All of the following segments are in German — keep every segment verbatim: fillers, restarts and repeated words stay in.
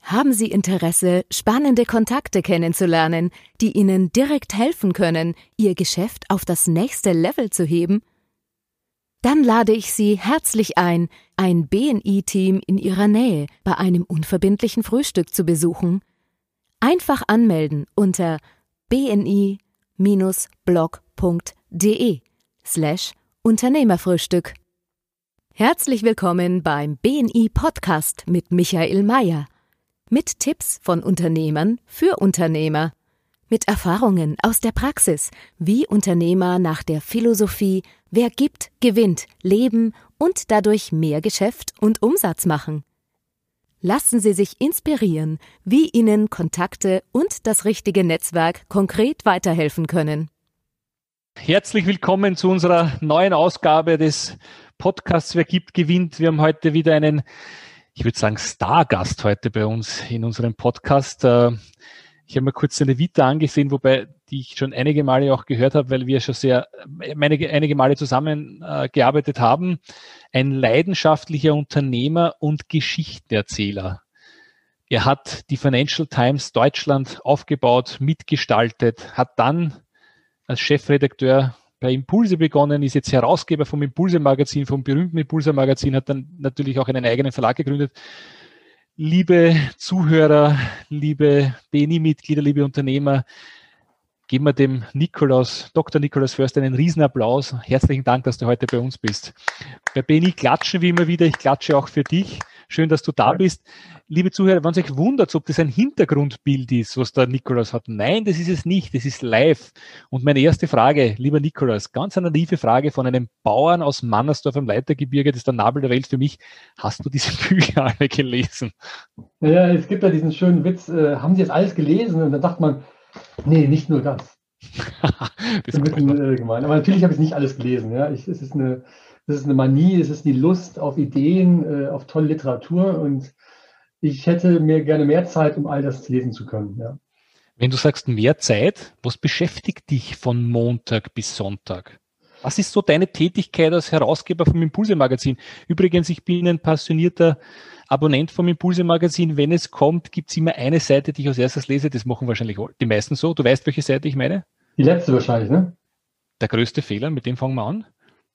Haben Sie Interesse, spannende Kontakte kennenzulernen, die Ihnen direkt helfen können, Ihr Geschäft auf das nächste Level zu heben? Dann lade ich Sie herzlich ein, ein B N I-Team in Ihrer Nähe bei einem unverbindlichen Frühstück zu besuchen. Einfach anmelden unter bni-blog.de slash Unternehmerfrühstück. Herzlich willkommen beim B N I-Podcast mit Michael Mayer. Mit Tipps von Unternehmern für Unternehmer. Mit Erfahrungen aus der Praxis, wie Unternehmer nach der Philosophie „Wer gibt, gewinnt“ leben und dadurch mehr Geschäft und Umsatz machen. Lassen Sie sich inspirieren, wie Ihnen Kontakte und das richtige Netzwerk konkret weiterhelfen können. Herzlich willkommen zu unserer neuen Ausgabe des Podcasts „Wer gibt, gewinnt“. Wir haben heute wieder einen, ich würde sagen, Stargast heute bei uns in unserem Podcast. Ich habe mir kurz seine Vita angesehen, wobei die ich schon einige Male auch gehört habe, weil wir schon sehr einige, einige Male zusammengearbeitet äh, haben. Ein leidenschaftlicher Unternehmer und Geschichtenerzähler. Er hat die Financial Times Deutschland aufgebaut, mitgestaltet, hat dann als Chefredakteur bei Impulse begonnen, ist jetzt Herausgeber vom Impulse-Magazin, vom berühmten Impulse-Magazin, hat dann natürlich auch einen eigenen Verlag gegründet. Liebe Zuhörer, liebe B N I-Mitglieder, liebe Unternehmer, geben wir dem Nikolaus, Doktor Nikolaus Förster, einen Riesenapplaus. Herzlichen Dank, dass du heute bei uns bist. Bei B N I klatschen wie immer wieder. Ich klatsche auch für dich. Schön, dass du da bist. Liebe Zuhörer, wenn ihr euch wundert, ob das ein Hintergrundbild ist, was der Nikolaus hat. Nein, das ist es nicht. Das ist live. Und meine erste Frage, lieber Nikolaus, ganz eine naive Frage von einem Bauern aus Mannersdorf am Leitergebirge, das ist der Nabel der Welt für mich. Hast du diese Bücher alle gelesen? Ja, es gibt ja diesen schönen Witz, äh, haben Sie jetzt alles gelesen? Und dann sagt man, nee, nicht nur das. Das ist ein bisschen äh, gemein. Aber natürlich habe ich nicht alles gelesen. Ja. Ich, es, ist eine, es ist eine Manie, es ist die Lust auf Ideen, äh, auf tolle Literatur. Und ich hätte mir gerne mehr Zeit, um all das lesen zu können. Ja. Wenn du sagst mehr Zeit, was beschäftigt dich von Montag bis Sonntag? Was ist so deine Tätigkeit als Herausgeber vom Impulse-Magazin? Übrigens, ich bin ein passionierter Abonnent vom Impulse-Magazin. Wenn es kommt, gibt es immer eine Seite, die ich als erstes lese. Das machen wahrscheinlich die meisten so. Du weißt, welche Seite ich meine? Die letzte wahrscheinlich, ne? Der größte Fehler, mit dem fangen wir an.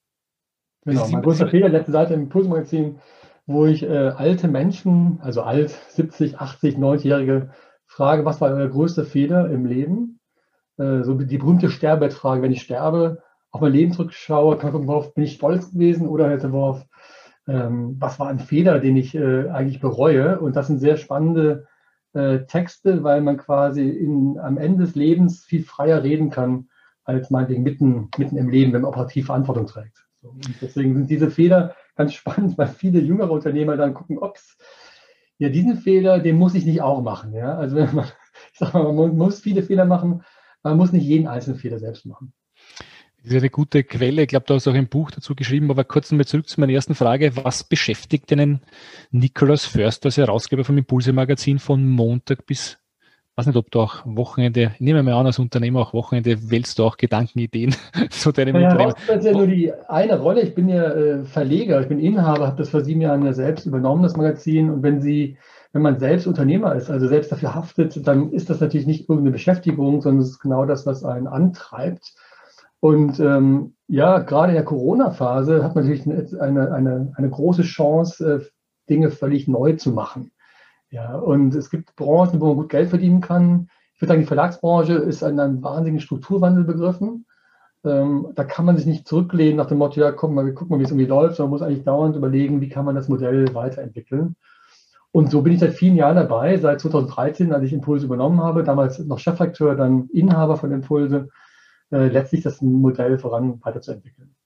Genau, mein größter Fehler, letzte Seite im Impulse-Magazin, wo ich äh, alte Menschen, also alt, siebzig, achtzig, neunzigjährige, frage, was war euer größter Fehler im Leben? Äh, so die berühmte Sterbebettfrage, wenn ich sterbe, auf mein Leben zurückschaue, kann ich gucken, worauf bin ich stolz gewesen oder hätte worauf, ähm, was war ein Fehler, den ich äh, eigentlich bereue? Und das sind sehr spannende äh, Texte, weil man quasi in, am Ende des Lebens viel freier reden kann, als meinetwegen mitten, mitten im Leben, wenn man operativ Verantwortung trägt. So, und deswegen sind diese Fehler ganz spannend, weil viele jüngere Unternehmer dann gucken, ups, ja, diesen Fehler, den muss ich nicht auch machen. Ja? Also wenn man, ich sag mal, man muss viele Fehler machen, man muss nicht jeden einzelnen Fehler selbst machen. Das ist eine gute Quelle. Ich glaube, du hast auch ein Buch dazu geschrieben, aber kurz nochmal zurück zu meiner ersten Frage. Was beschäftigt einen Nikolaus Förster als Herausgeber vom Impulse-Magazin von Montag bis, weiß nicht, ob du auch Wochenende, ich nehme mal an, als Unternehmer auch Wochenende, wählst du auch Gedanken, Ideen zu deinem ja, Unternehmen? Das ist ja nur die eine Rolle. Ich bin ja äh, Verleger, ich bin Inhaber, habe das vor sieben Jahren ja selbst übernommen, das Magazin. Und wenn Sie, wenn man selbst Unternehmer ist, also selbst dafür haftet, dann ist das natürlich nicht irgendeine Beschäftigung, sondern es ist genau das, was einen antreibt. Und ähm, ja, gerade in der Corona-Phase hat man natürlich eine, eine, eine große Chance, äh, Dinge völlig neu zu machen. Ja, und es gibt Branchen, wo man gut Geld verdienen kann. Ich würde sagen, die Verlagsbranche ist in einem wahnsinnigen Strukturwandel begriffen. Ähm, da kann man sich nicht zurücklehnen nach dem Motto, ja, guck mal, wir gucken mal, wie es irgendwie läuft, sondern man muss eigentlich dauernd überlegen, wie kann man das Modell weiterentwickeln. Und so bin ich seit vielen Jahren dabei, seit zweitausenddreizehn, als ich Impulse übernommen habe, damals noch Chefredakteur, dann Inhaber von Impulse, äh, letztlich das Modell voran weiterzuentwickeln.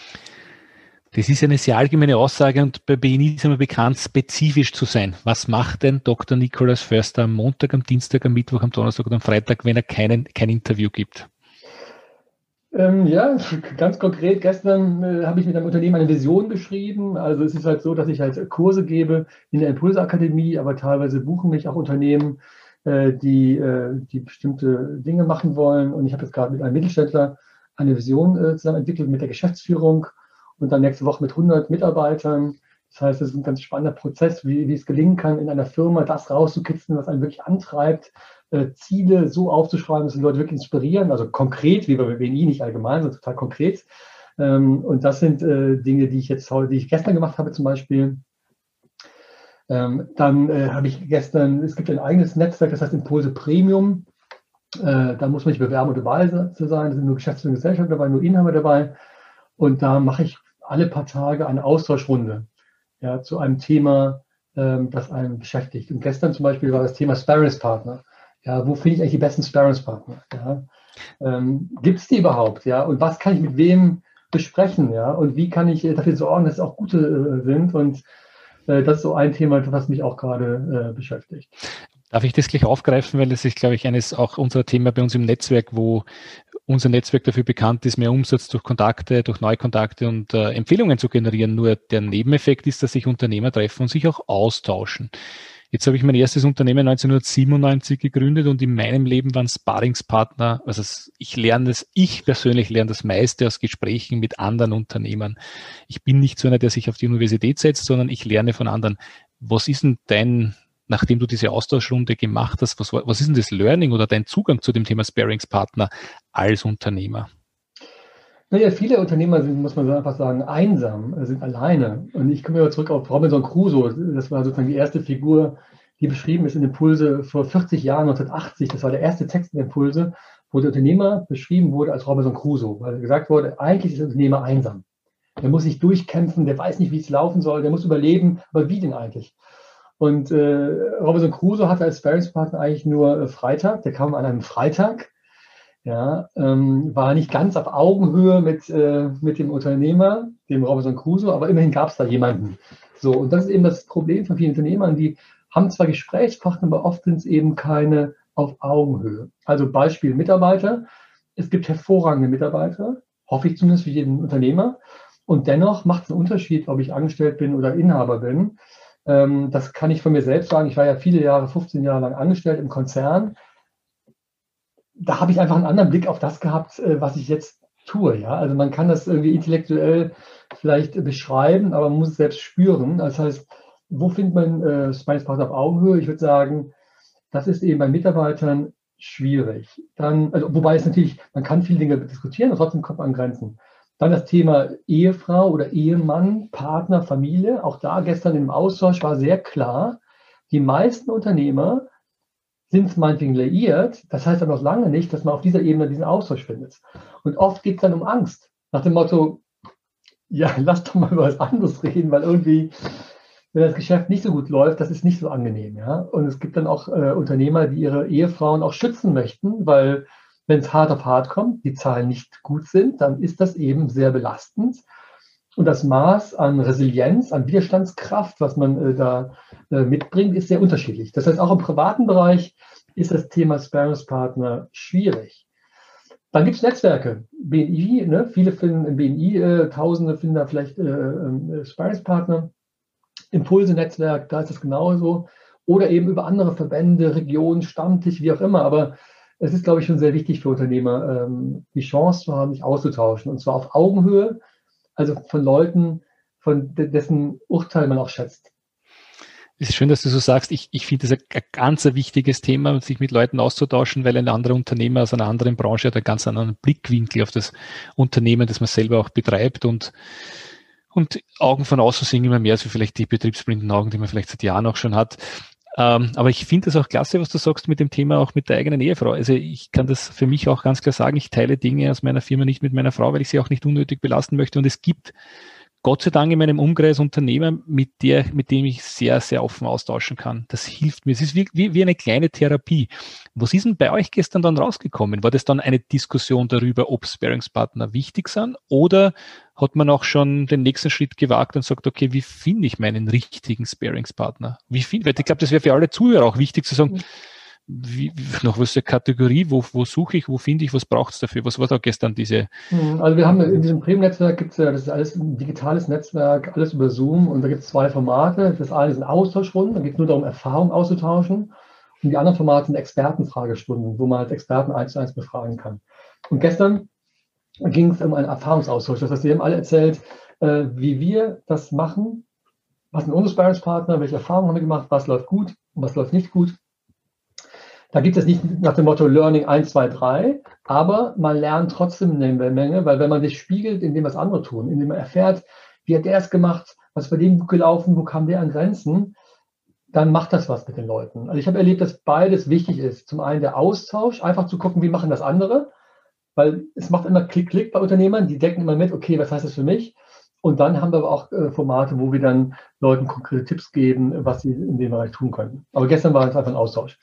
Das ist eine sehr allgemeine Aussage und bei B N I ist immer bekannt, spezifisch zu sein. Was macht denn Doktor Nikolaus Förster am Montag, am Dienstag, am Mittwoch, am Donnerstag oder am Freitag, wenn er keinen, kein Interview gibt? Ähm, ja, ganz konkret, gestern äh, habe ich mit einem Unternehmen eine Vision beschrieben. Also es ist halt so, dass ich halt Kurse gebe in der Impulse-Akademie, aber teilweise buchen mich auch Unternehmen, äh, die, äh, die bestimmte Dinge machen wollen. Und ich habe jetzt gerade mit einem Mittelständler eine Vision äh, zusammen entwickelt mit der Geschäftsführung und dann nächste Woche mit hundert Mitarbeitern Das heißt, es ist ein ganz spannender Prozess, wie, wie es gelingen kann, in einer Firma das rauszukitzeln, was einen wirklich antreibt, äh, Ziele so aufzuschreiben, dass die Leute wirklich inspirieren, also konkret, wie bei B N I, nicht allgemein, sondern total konkret. Ähm, und das sind äh, Dinge, die ich jetzt heute, die ich gestern gemacht habe zum Beispiel. Ähm, dann äh, habe ich gestern, es gibt ein eigenes Netzwerk, das heißt Impulse Premium. Äh, da muss man nicht bewerben und dabei zu sein, da sind nur Geschäftsführende Gesellschaft dabei, nur Inhaber dabei. Und da mache ich alle paar Tage eine Austauschrunde, ja, zu einem Thema, ähm, das einen beschäftigt. Und gestern zum Beispiel war das Thema Sparringspartner. Ja, wo finde ich eigentlich die besten Sparringspartner? Ja? Ähm, gibt es die überhaupt? Ja? Und was kann ich mit wem besprechen? Ja? Und wie kann ich äh, dafür sorgen, dass es auch gute äh, sind? Und äh, das ist so ein Thema, was mich auch gerade äh, beschäftigt. Darf ich das gleich aufgreifen, weil das ist, glaube ich, eines auch unserer Themen bei uns im Netzwerk, wo unser Netzwerk dafür bekannt ist, mehr Umsatz durch Kontakte, durch Neukontakte und äh, Empfehlungen zu generieren. Nur der Nebeneffekt ist, dass sich Unternehmer treffen und sich auch austauschen. Jetzt habe ich mein erstes Unternehmen neunzehnhundertsiebenundneunzig gegründet und in meinem Leben waren Sparringspartner, also ich lerne das, ich persönlich lerne das meiste aus Gesprächen mit anderen Unternehmern. Ich bin nicht so einer, der sich auf die Universität setzt, sondern ich lerne von anderen. Was ist denn dein, nachdem du diese Austauschrunde gemacht hast, was, was ist denn das Learning oder dein Zugang zu dem Thema Sparringspartner als Unternehmer? Naja, viele Unternehmer sind, muss man einfach sagen, einsam, sind alleine. Und ich komme wieder zurück auf Robinson Crusoe. Das war sozusagen die erste Figur, die beschrieben ist in Impulse vor vierzig Jahren, neunzehnhundertachtzig. Das war der erste Text in Impulse, wo der Unternehmer beschrieben wurde als Robinson Crusoe, weil gesagt wurde, eigentlich ist der Unternehmer einsam. Der muss sich durchkämpfen, der weiß nicht, wie es laufen soll, der muss überleben, aber wie denn eigentlich? Und äh, Robinson Crusoe hatte als Sparringspartner eigentlich nur äh, Freitag, der kam an einem Freitag. Ja, ähm, war nicht ganz auf Augenhöhe mit, äh, mit dem Unternehmer, dem Robinson Crusoe, aber immerhin gab es da jemanden. So, und das ist eben das Problem von vielen Unternehmern, die haben zwar Gesprächspartner, aber oft sind es eben keine auf Augenhöhe. Also Beispiel Mitarbeiter. Es gibt hervorragende Mitarbeiter, hoffe ich zumindest für jeden Unternehmer. Und dennoch macht es einen Unterschied, ob ich angestellt bin oder Inhaber bin. Ähm, das kann ich von mir selbst sagen. Ich war ja viele Jahre, fünfzehn Jahre lang angestellt im Konzern. Da habe ich einfach einen anderen Blick auf das gehabt, was ich jetzt tue. Ja? Also man kann das irgendwie intellektuell vielleicht beschreiben, aber man muss es selbst spüren. Das heißt, wo findet man äh, Sparringspartner auf Augenhöhe? Ich würde sagen, das ist eben bei Mitarbeitern schwierig. Dann, also, wobei es natürlich, man kann viele Dinge diskutieren und trotzdem kommt man an Grenzen. Dann das Thema Ehefrau oder Ehemann, Partner, Familie. Auch da gestern im Austausch war sehr klar, die meisten Unternehmer sind meinetwegen liiert, das heißt aber noch lange nicht, dass man auf dieser Ebene diesen Austausch findet. Und oft geht es dann um Angst. Nach dem Motto, ja, lass doch mal über was anderes reden, weil irgendwie, wenn das Geschäft nicht so gut läuft, das ist nicht so angenehm. Ja? Und es gibt dann auch äh, Unternehmer, die ihre Ehefrauen auch schützen möchten, weil wenn es hart auf hart kommt, die Zahlen nicht gut sind, dann ist das eben sehr belastend. Und das Maß an Resilienz, an Widerstandskraft, was man äh, da äh, mitbringt, ist sehr unterschiedlich. Das heißt, auch im privaten Bereich ist das Thema Sparringspartner schwierig. Dann gibt es Netzwerke, B N I, ne? Viele finden im B N I, äh, Tausende finden da vielleicht äh, äh, Sparringspartner. Impulse-Netzwerk, da ist es genauso. Oder eben über andere Verbände, Regionen, Stammtisch, wie auch immer. Aber es ist, glaube ich, schon sehr wichtig für Unternehmer, ähm, die Chance zu haben, sich auszutauschen. Und zwar auf Augenhöhe. Also von Leuten, von dessen Urteil man auch schätzt. Es ist schön, dass du so sagst. Ich, ich finde das ein ganz ein wichtiges Thema, sich mit Leuten auszutauschen, weil ein anderer Unternehmer aus einer anderen Branche hat einen ganz anderen Blickwinkel auf das Unternehmen, das man selber auch betreibt und, und Augen von außen sehen immer mehr, als vielleicht die betriebsblinden Augen, die man vielleicht seit Jahren auch schon hat. Ähm, aber ich finde das auch klasse, was du sagst mit dem Thema auch mit der eigenen Ehefrau. Also ich kann das für mich auch ganz klar sagen, ich teile Dinge aus meiner Firma nicht mit meiner Frau, weil ich sie auch nicht unnötig belasten möchte. Und es gibt Gott sei Dank in meinem Umkreis Unternehmer, mit der, mit dem ich sehr, sehr offen austauschen kann. Das hilft mir. Es ist wie, wie, wie eine kleine Therapie. Was ist denn bei euch gestern dann rausgekommen? War das dann eine Diskussion darüber, ob Sparringspartner wichtig sind? Oder hat man auch schon den nächsten Schritt gewagt und sagt, okay, wie finde ich meinen richtigen Sparringspartner? Wie finde ich? Ich glaube, das wäre für alle Zuhörer auch wichtig zu sagen, wie, nach was für Kategorie, wo, wo suche ich, wo finde ich, was braucht es dafür? Was war da gestern diese? Also wir haben in diesem Premium-Netzwerk gibt es ja, das ist alles ein digitales Netzwerk, alles über Zoom und da gibt es zwei Formate. Das eine sind Austauschrunden, da geht es nur darum, Erfahrung auszutauschen und die anderen Formate sind Expertenfragestunden, wo man halt Experten eins zu eins befragen kann. Und gestern ging es um einen Erfahrungsaustausch. Das heißt, wir haben alle erzählt, äh, wie wir das machen, was sind unsere Sparringspartner, welche Erfahrungen haben wir gemacht, was läuft gut und was läuft nicht gut. Da gibt es nicht nach dem Motto Learning eins, zwei, drei, aber man lernt trotzdem eine Menge, weil wenn man sich spiegelt in dem, was andere tun, indem man erfährt, wie hat der es gemacht, was ist bei dem gut gelaufen, wo kam der an Grenzen, dann macht das was mit den Leuten. Also ich habe erlebt, dass beides wichtig ist. Zum einen der Austausch, einfach zu gucken, wie machen das andere, weil es macht immer Klick, Klick bei Unternehmern, die decken immer mit, okay, was heißt das für mich? Und dann haben wir aber auch äh, Formate, wo wir dann Leuten konkrete Tipps geben, was sie in dem Bereich tun können. Aber gestern war es einfach ein Austausch.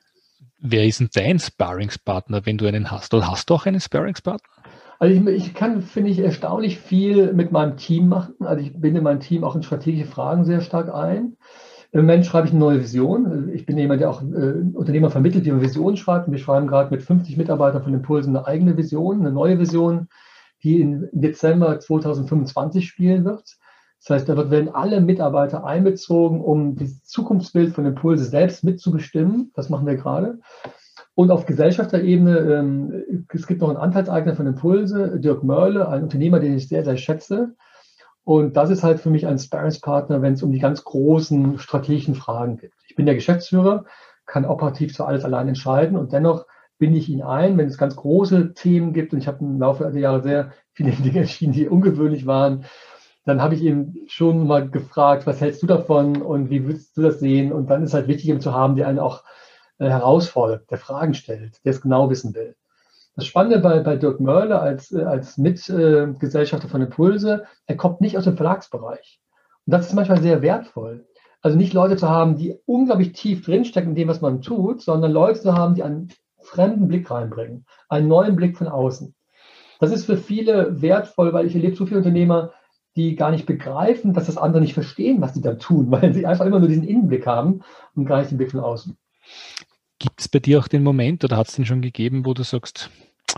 Wer ist denn dein Sparringspartner, wenn du einen hast? Oder hast du auch einen Sparringspartner? Also ich, ich kann, finde ich, erstaunlich viel mit meinem Team machen. Also ich binde mein Team auch in strategische Fragen sehr stark ein. Im Moment schreibe ich eine neue Vision. Ich bin jemand, der auch äh, Unternehmer vermittelt, die eine Vision schreibt. Und wir schreiben gerade mit fünfzig Mitarbeitern von Impulsen eine eigene Vision, eine neue Vision, die im Dezember zweitausendfünfundzwanzig spielen wird. Das heißt, da werden alle Mitarbeiter einbezogen, um das Zukunftsbild von Impulse selbst mitzubestimmen. Das machen wir gerade. Und auf Gesellschafterebene, ähm, es gibt noch einen Anteilseigner von Impulse, Dirk Mörle, ein Unternehmer, den ich sehr, sehr schätze. Und das ist halt für mich ein Sparringspartner, wenn es um die ganz großen strategischen Fragen geht. Ich bin der Geschäftsführer, kann operativ zwar alles allein entscheiden und dennoch binde ich ihn ein, wenn es ganz große Themen gibt. Und ich habe im Laufe der Jahre sehr viele Dinge entschieden, die ungewöhnlich waren. Dann habe ich ihn schon mal gefragt, was hältst du davon und wie würdest du das sehen? Und dann ist halt wichtig, ihn zu haben, der einen auch äh, herausfordert, der Fragen stellt, der es genau wissen will. Das Spannende bei, bei Dirk Mörle als, äh, als Mitgesellschafter äh, von Impulse, er kommt nicht aus dem Verlagsbereich. Und das ist manchmal sehr wertvoll. Also nicht Leute zu haben, die unglaublich tief drinstecken in dem, was man tut, sondern Leute zu haben, die einen fremden Blick reinbringen, einen neuen Blick von außen. Das ist für viele wertvoll, weil ich erlebe so viele Unternehmer, die gar nicht begreifen, dass das andere nicht verstehen, was sie da tun, weil sie einfach immer nur diesen Innenblick haben und gar nicht den Blick von außen. Gibt es bei dir auch den Moment, oder hat es den schon gegeben, wo du sagst,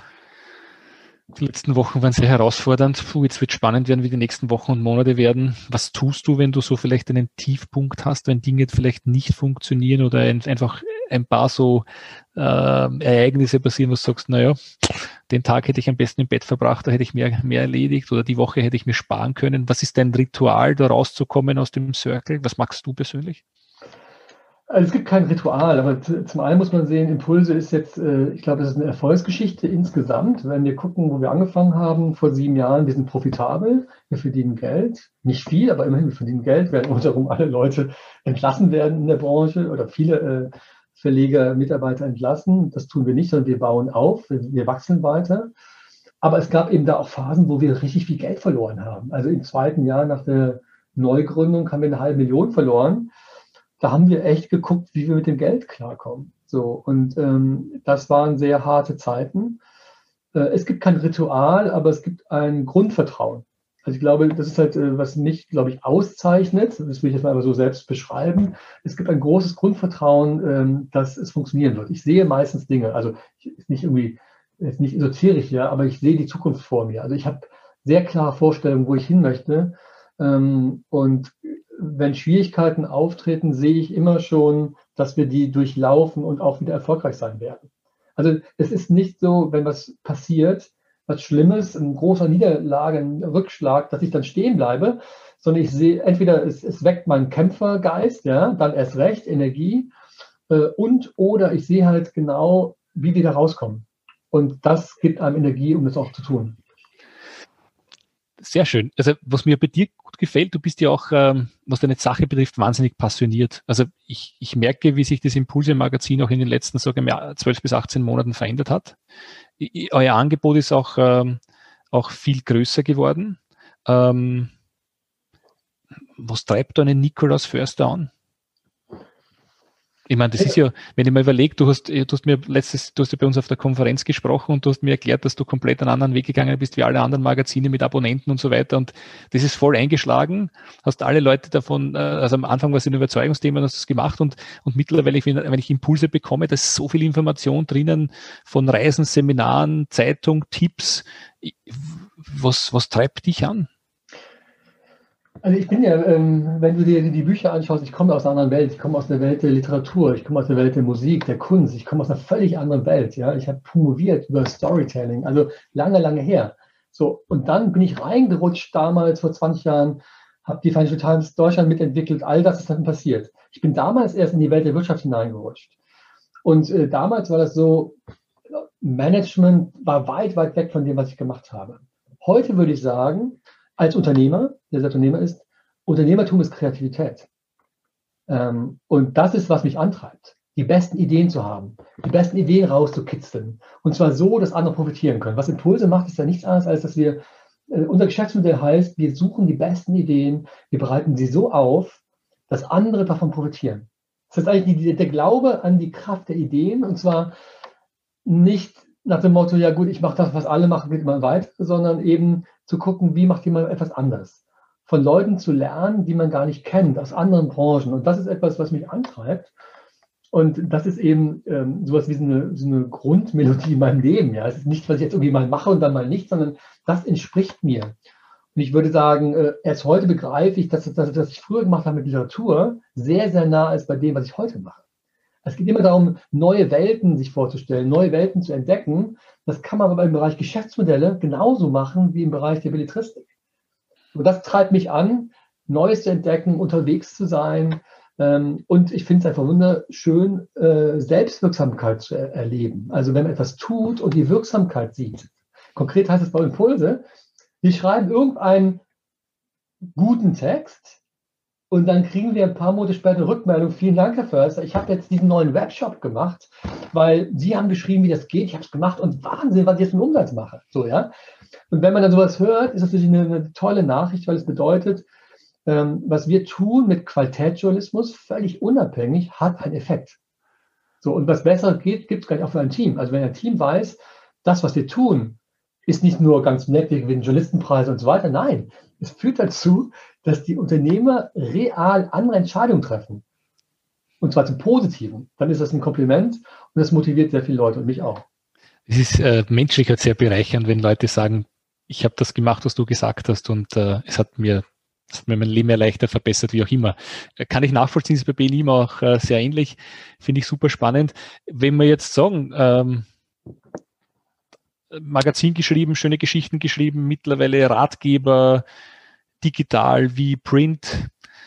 die letzten Wochen waren sehr herausfordernd, puh, jetzt wird spannend werden, wie die nächsten Wochen und Monate werden. Was tust du, wenn du so vielleicht einen Tiefpunkt hast, wenn Dinge vielleicht nicht funktionieren oder ein, einfach ein paar so äh, Ereignisse passieren, wo du sagst, naja, den Tag hätte ich am besten im Bett verbracht, da hätte ich mehr, mehr erledigt oder die Woche hätte ich mir sparen können. Was ist dein Ritual, da rauszukommen aus dem Circle? Was magst du persönlich? Also es gibt kein Ritual, aber zum einen muss man sehen, Impulse ist jetzt, ich glaube, das ist eine Erfolgsgeschichte insgesamt. Wenn wir gucken, wo wir angefangen haben, vor sieben Jahren, wir sind profitabel, wir verdienen Geld, nicht viel, aber immerhin, wir verdienen Geld, während rundherum alle Leute entlassen werden in der Branche oder viele Verleger, Mitarbeiter entlassen. Das tun wir nicht, sondern wir bauen auf, wir wachsen weiter. Aber es gab eben da auch Phasen, wo wir richtig viel Geld verloren haben. Also im zweiten Jahr nach der Neugründung haben wir eine halbe Million verloren. Da haben wir echt geguckt, wie wir mit dem Geld klarkommen. So, und ähm, das waren sehr harte Zeiten. Äh, es gibt kein Ritual, aber es gibt ein Grundvertrauen. Also ich glaube, das ist halt, äh, was mich, glaube ich, auszeichnet. Das will ich jetzt mal so selbst beschreiben. Es gibt ein großes Grundvertrauen, ähm, dass es funktionieren wird. Ich sehe meistens Dinge. Also ist nicht irgendwie, ist nicht esoterisch, ja, aber ich sehe die Zukunft vor mir. Also ich habe sehr klare Vorstellungen, wo ich hin möchte. Ähm, und wenn Schwierigkeiten auftreten, sehe ich immer schon, dass wir die durchlaufen und auch wieder erfolgreich sein werden. Also es ist nicht so, wenn was passiert, was Schlimmes, ein großer Niederlage, ein Rückschlag, dass ich dann stehen bleibe, sondern ich sehe, entweder es, es weckt meinen Kämpfergeist, ja, dann erst recht, Energie, äh, und oder ich sehe halt genau, wie wir da rauskommen. Und das gibt einem Energie, um das auch zu tun. Sehr schön. Also was mir bei dir gut gefällt, du bist ja auch, ähm, was deine Sache betrifft, wahnsinnig passioniert. Also ich, ich merke, wie sich das Impulse-Magazin auch in den letzten, sagen wir, zwölf bis achtzehn Monaten verändert hat. I, euer Angebot ist auch, ähm, auch viel größer geworden. Ähm, was treibt da einen Nikolaus Förster an? Ich meine, das ist ja, wenn ich mal überlege, du hast, du hast mir letztes, du hast ja bei uns auf der Konferenz gesprochen und du hast mir erklärt, dass du komplett einen anderen Weg gegangen bist wie alle anderen Magazine mit Abonnenten und so weiter, und das ist voll eingeschlagen, hast alle Leute davon, also am Anfang war es ein Überzeugungsthema, hast du es gemacht, und, und mittlerweile, wenn ich Impulse bekomme, da ist so viel Information drinnen von Reisen, Seminaren, Zeitung, Tipps. Was, was treibt dich an? Also ich bin ja, ähm, wenn du dir die Bücher anschaust, ich komme aus einer anderen Welt, ich komme aus der Welt der Literatur, ich komme aus der Welt der Musik, der Kunst, ich komme aus einer völlig anderen Welt, ja. Ich habe promoviert über Storytelling, also lange, lange her. So, und dann bin ich reingerutscht damals vor zwanzig Jahren habe die Financial Times Deutschland mitentwickelt, all das ist dann passiert. Ich bin damals erst in die Welt der Wirtschaft hineingerutscht. Und äh, damals war das so, Management war weit, weit weg von dem, was ich gemacht habe. Heute würde ich sagen, als Unternehmer, der selbst Unternehmer ist, Unternehmertum ist Kreativität. Ähm, und das ist, was mich antreibt, die besten Ideen zu haben, die besten Ideen rauszukitzeln. Und zwar so, dass andere profitieren können. Was Impulse macht, ist ja nichts anderes, als dass wir, äh, unser Geschäftsmodell heißt, wir suchen die besten Ideen, wir bereiten sie so auf, dass andere davon profitieren. Das ist eigentlich die, der Glaube an die Kraft der Ideen, und zwar nicht nach dem Motto, ja gut, ich mache das, was alle machen, geht mal weiter, sondern eben zu gucken, wie macht jemand etwas anders. Von Leuten zu lernen, die man gar nicht kennt, aus anderen Branchen. Und das ist etwas, was mich antreibt. Und das ist eben ähm, sowas wie so eine, so eine Grundmelodie in meinem Leben. Ja, es ist nichts, was ich jetzt irgendwie mal mache und dann mal nicht, sondern das entspricht mir. Und ich würde sagen, äh, erst heute begreife ich, dass das, was ich früher gemacht habe mit Literatur, sehr, sehr nah ist bei dem, was ich heute mache. Es geht immer darum, neue Welten sich vorzustellen, neue Welten zu entdecken. Das kann man aber im Bereich Geschäftsmodelle genauso machen wie im Bereich der Belletristik. Und das treibt mich an, Neues zu entdecken, unterwegs zu sein. Ähm, und ich finde es einfach wunderschön, äh, Selbstwirksamkeit zu er- erleben. Also wenn man etwas tut und die Wirksamkeit sieht. Konkret heißt es bei Impulse, wir schreiben irgendeinen guten Text, und dann kriegen wir ein paar Monate später eine Rückmeldung. Vielen Dank, Herr Förster. Ich habe jetzt diesen neuen Webshop gemacht, weil Sie haben beschrieben, wie das geht. Ich habe es gemacht und Wahnsinn, was ich jetzt mit dem Umsatz mache. So, ja. Und wenn man dann sowas hört, ist das natürlich eine, eine tolle Nachricht, weil es bedeutet, ähm, was wir tun mit Qualitätsjournalismus, völlig unabhängig, hat einen Effekt. So, und was besser geht, gibt es gar nicht auch für ein Team. Also wenn ein Team weiß, das, was wir tun, ist nicht nur ganz nett, wir gewinnen Journalistenpreise und so weiter. Nein, es führt dazu, dass die Unternehmer real andere Entscheidungen treffen. Und zwar zum Positiven. Dann ist das ein Kompliment und das motiviert sehr viele Leute und mich auch. Es ist äh, menschlich halt sehr bereichernd, wenn Leute sagen, ich habe das gemacht, was du gesagt hast, und äh, es hat mir, es hat mir mein Leben erleichtert, verbessert, wie auch immer. Äh, kann ich nachvollziehen, ist bei B N I immer auch äh, sehr ähnlich. Finde ich super spannend. Wenn wir jetzt sagen, ähm, Magazin geschrieben, schöne Geschichten geschrieben, mittlerweile Ratgeber, digital wie Print.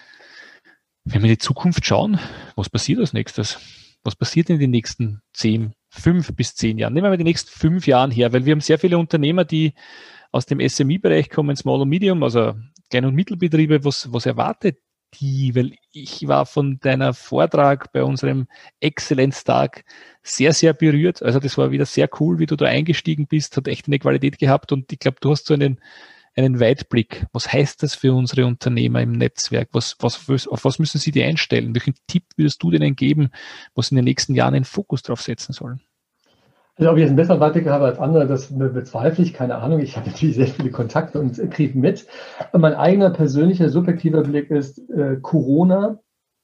Wenn wir in die Zukunft schauen, was passiert als nächstes? Was passiert in den nächsten zehn, fünf bis zehn Jahren? Nehmen wir mal die nächsten fünf Jahren her, weil wir haben sehr viele Unternehmer, die aus dem S M I-Bereich kommen, Small und Medium, also Klein- und Mittelbetriebe. Was, was erwartet die? Weil ich war von deiner Vortrag bei unserem Exzellenztag sehr, sehr berührt. Also das war wieder sehr cool, wie du da eingestiegen bist, hat echt eine Qualität gehabt, und ich glaube, du hast so einen einen Weitblick. Was heißt das für unsere Unternehmer im Netzwerk? Was, was, auf was müssen sie die einstellen? Welchen Tipp würdest du denen geben, was in den nächsten Jahren einen Fokus drauf setzen sollen? Also ob ich jetzt einen besseren Weitblick habe als andere, das bezweifle ich, keine Ahnung. Ich habe natürlich sehr viele Kontakte und kriege mit. Und mein eigener persönlicher, subjektiver Blick ist, äh, Corona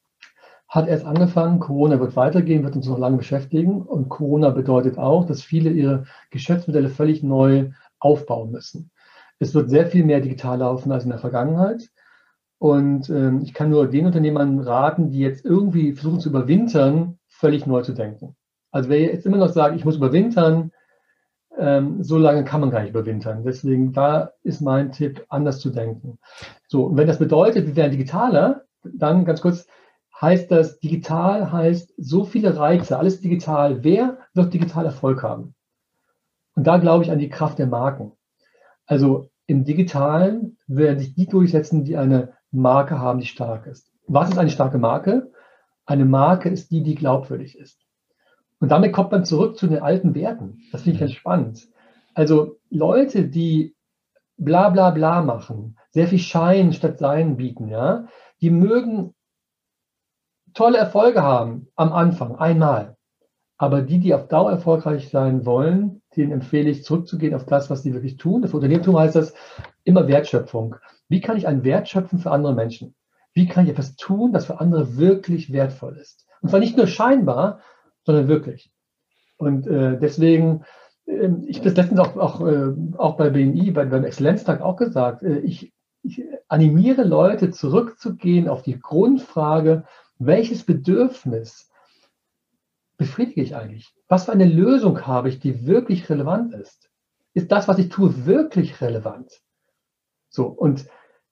hat erst angefangen, Corona wird weitergehen, wird uns noch lange beschäftigen. Und Corona bedeutet auch, dass viele ihre Geschäftsmodelle völlig neu aufbauen müssen. Es wird sehr viel mehr digital laufen als in der Vergangenheit. Und ähm, ich kann nur den Unternehmern raten, die jetzt irgendwie versuchen zu überwintern, völlig neu zu denken. Also wer jetzt immer noch sagt, ich muss überwintern, ähm, so lange kann man gar nicht überwintern. Deswegen, da ist mein Tipp, anders zu denken. So, und wenn das bedeutet, wir werden digitaler, dann ganz kurz, heißt das, digital heißt so viele Reize, alles digital. Wer wird digital Erfolg haben? Und da glaube ich an die Kraft der Marken. Also im Digitalen werden sich die durchsetzen, die eine Marke haben, die stark ist. Was ist eine starke Marke? Eine Marke ist die, die glaubwürdig ist. Und damit kommt man zurück zu den alten Werten. Das finde ich ganz spannend. Also Leute, die bla bla bla machen, sehr viel Schein statt Sein bieten, ja, die mögen tolle Erfolge haben am Anfang, einmal. Aber die, die auf Dauer erfolgreich sein wollen, denen empfehle ich, zurückzugehen auf das, was sie wirklich tun. Für Unternehmertum heißt das immer Wertschöpfung. Wie kann ich einen Wert schöpfen für andere Menschen? Wie kann ich etwas tun, das für andere wirklich wertvoll ist? Und zwar nicht nur scheinbar, sondern wirklich. Und äh, deswegen, äh, ich habe das letztens auch, auch, äh, auch bei B N I, bei, beim Exzellenztag auch gesagt, äh, ich, ich animiere Leute zurückzugehen auf die Grundfrage, welches Bedürfnis befriedige ich eigentlich? Was für eine Lösung habe ich, die wirklich relevant ist? Ist das, was ich tue, wirklich relevant? So, und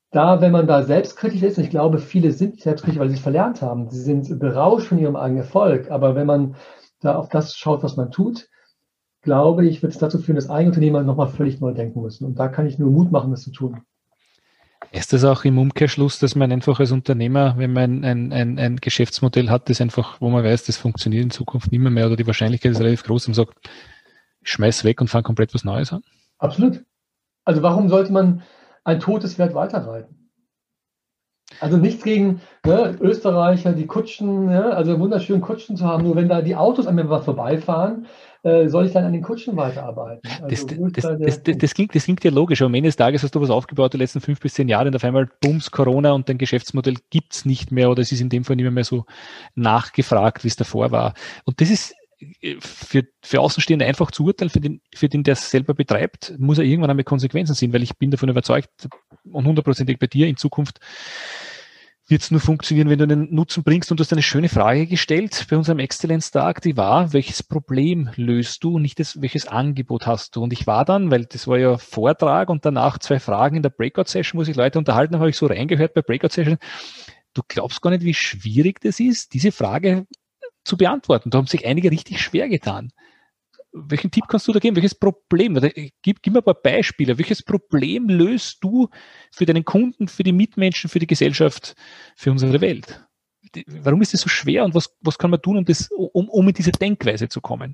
da, wenn man da selbstkritisch ist, und ich glaube, viele sind selbstkritisch, weil sie es verlernt haben. Sie sind berauscht von ihrem eigenen Erfolg. Aber wenn man da auf das schaut, was man tut, glaube ich, wird es dazu führen, dass Eigenunternehmer nochmal völlig neu denken müssen. Und da kann ich nur Mut machen, das zu tun. Ist das auch im Umkehrschluss, dass man einfach als Unternehmer, wenn man ein, ein, ein Geschäftsmodell hat, das einfach, wo man weiß, das funktioniert in Zukunft nicht mehr, mehr oder die Wahrscheinlichkeit ist relativ groß, und sagt, ich schmeiß weg und fange komplett was Neues an? Absolut. Also warum sollte man ein totes Pferd weiterreiten? Also nichts gegen ne, Österreicher, die Kutschen, ja, also wunderschön Kutschen zu haben, nur wenn da die Autos an mir was vorbeifahren, äh, soll ich dann an den Kutschen weiterarbeiten. Also, das, das, da das, das, das, klingt, das klingt ja logisch, aber am Ende des Tages hast du was aufgebaut die letzten fünf bis zehn Jahre und auf einmal bums, Corona und dein Geschäftsmodell gibt's nicht mehr oder es ist in dem Fall nicht mehr, mehr so nachgefragt, wie es davor war. Und das ist für, für Außenstehende einfach zu urteilen, für den, für den, der es selber betreibt, muss er irgendwann einmal Konsequenzen sehen, weil ich bin davon überzeugt und hundertprozentig bei dir, in Zukunft wird es nur funktionieren, wenn du einen Nutzen bringst. Und du hast eine schöne Frage gestellt bei unserem Exzellenztag, die war, welches Problem löst du, nicht das, welches Angebot hast du? Und ich war dann, weil das war ja Vortrag und danach zwei Fragen in der Breakout-Session, wo sich Leute unterhalten haben, habe ich so reingehört bei Breakout-Session. Du glaubst gar nicht, wie schwierig das ist, diese Frage zu beantworten. Da haben sich einige richtig schwer getan. Welchen Tipp kannst du da geben? Welches Problem? Gib, gib mir ein paar Beispiele. Welches Problem löst du für deinen Kunden, für die Mitmenschen, für die Gesellschaft, für unsere Welt? Warum ist das so schwer und was, was kann man tun, um, das, um, um in diese Denkweise zu kommen?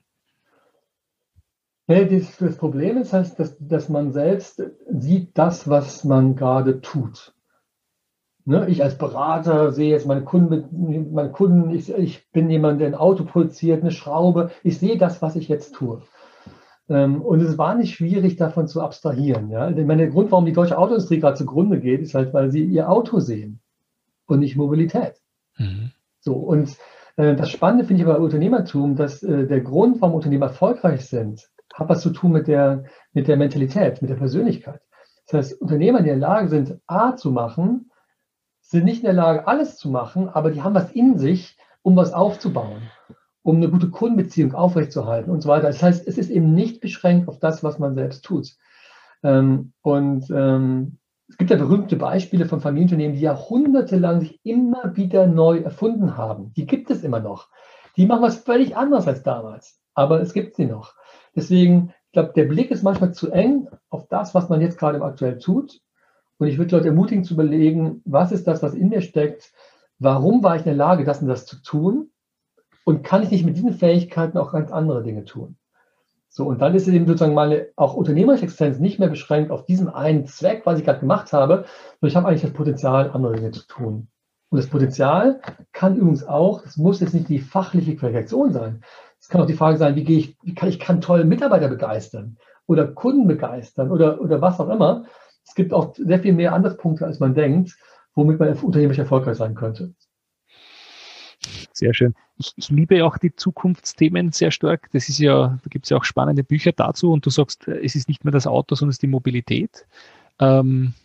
Ja, das, das Problem ist, dass, dass man selbst sieht das, was man gerade tut. Ne, ich als Berater sehe jetzt meine Kunden, meine Kunden ich, ich bin jemand, der ein Auto produziert, eine Schraube. Ich sehe das, was ich jetzt tue. Ähm, und es war nicht schwierig, davon zu abstrahieren. Ja? Ich meine, der Grund, warum die deutsche Autoindustrie gerade zugrunde geht, ist halt, weil sie ihr Auto sehen und nicht Mobilität. Mhm. So, und äh, das Spannende finde ich bei Unternehmertum, dass äh, der Grund, warum Unternehmer erfolgreich sind, hat was zu tun mit der, mit der Mentalität, mit der Persönlichkeit. Das heißt, Unternehmer, die in der Lage sind, A zu machen, sind nicht in der Lage, alles zu machen, aber die haben was in sich, um was aufzubauen, um eine gute Kundenbeziehung aufrechtzuerhalten und so weiter. Das heißt, es ist eben nicht beschränkt auf das, was man selbst tut. Ähm, und ähm, es gibt ja berühmte Beispiele von Familienunternehmen, die jahrhundertelang sich immer wieder neu erfunden haben. Die gibt es immer noch. Die machen was völlig anderes als damals, aber es gibt sie noch. Deswegen, ich glaube, der Blick ist manchmal zu eng auf das, was man jetzt gerade aktuell tut. Und ich würde Leute ermutigen zu überlegen, was ist das, was in mir steckt? Warum war ich in der Lage, das und das zu tun? Und kann ich nicht mit diesen Fähigkeiten auch ganz andere Dinge tun? So, und dann ist eben sozusagen meine auch unternehmerische Existenz nicht mehr beschränkt auf diesen einen Zweck, was ich gerade gemacht habe, sondern ich habe eigentlich das Potenzial, andere Dinge zu tun. Und das Potenzial kann übrigens auch, das muss jetzt nicht die fachliche Qualifikation sein. Es kann auch die Frage sein, wie gehe ich, wie kann ich kann tolle Mitarbeiter begeistern oder Kunden begeistern oder, oder was auch immer. Es gibt auch sehr viel mehr Ansatzpunkte, als man denkt, womit man unternehmerisch erfolgreich sein könnte. Sehr schön. Ich, ich liebe auch die Zukunftsthemen sehr stark. Das ist ja, da gibt es ja auch spannende Bücher dazu und du sagst, es ist nicht mehr das Auto, sondern es ist die Mobilität. Ähm,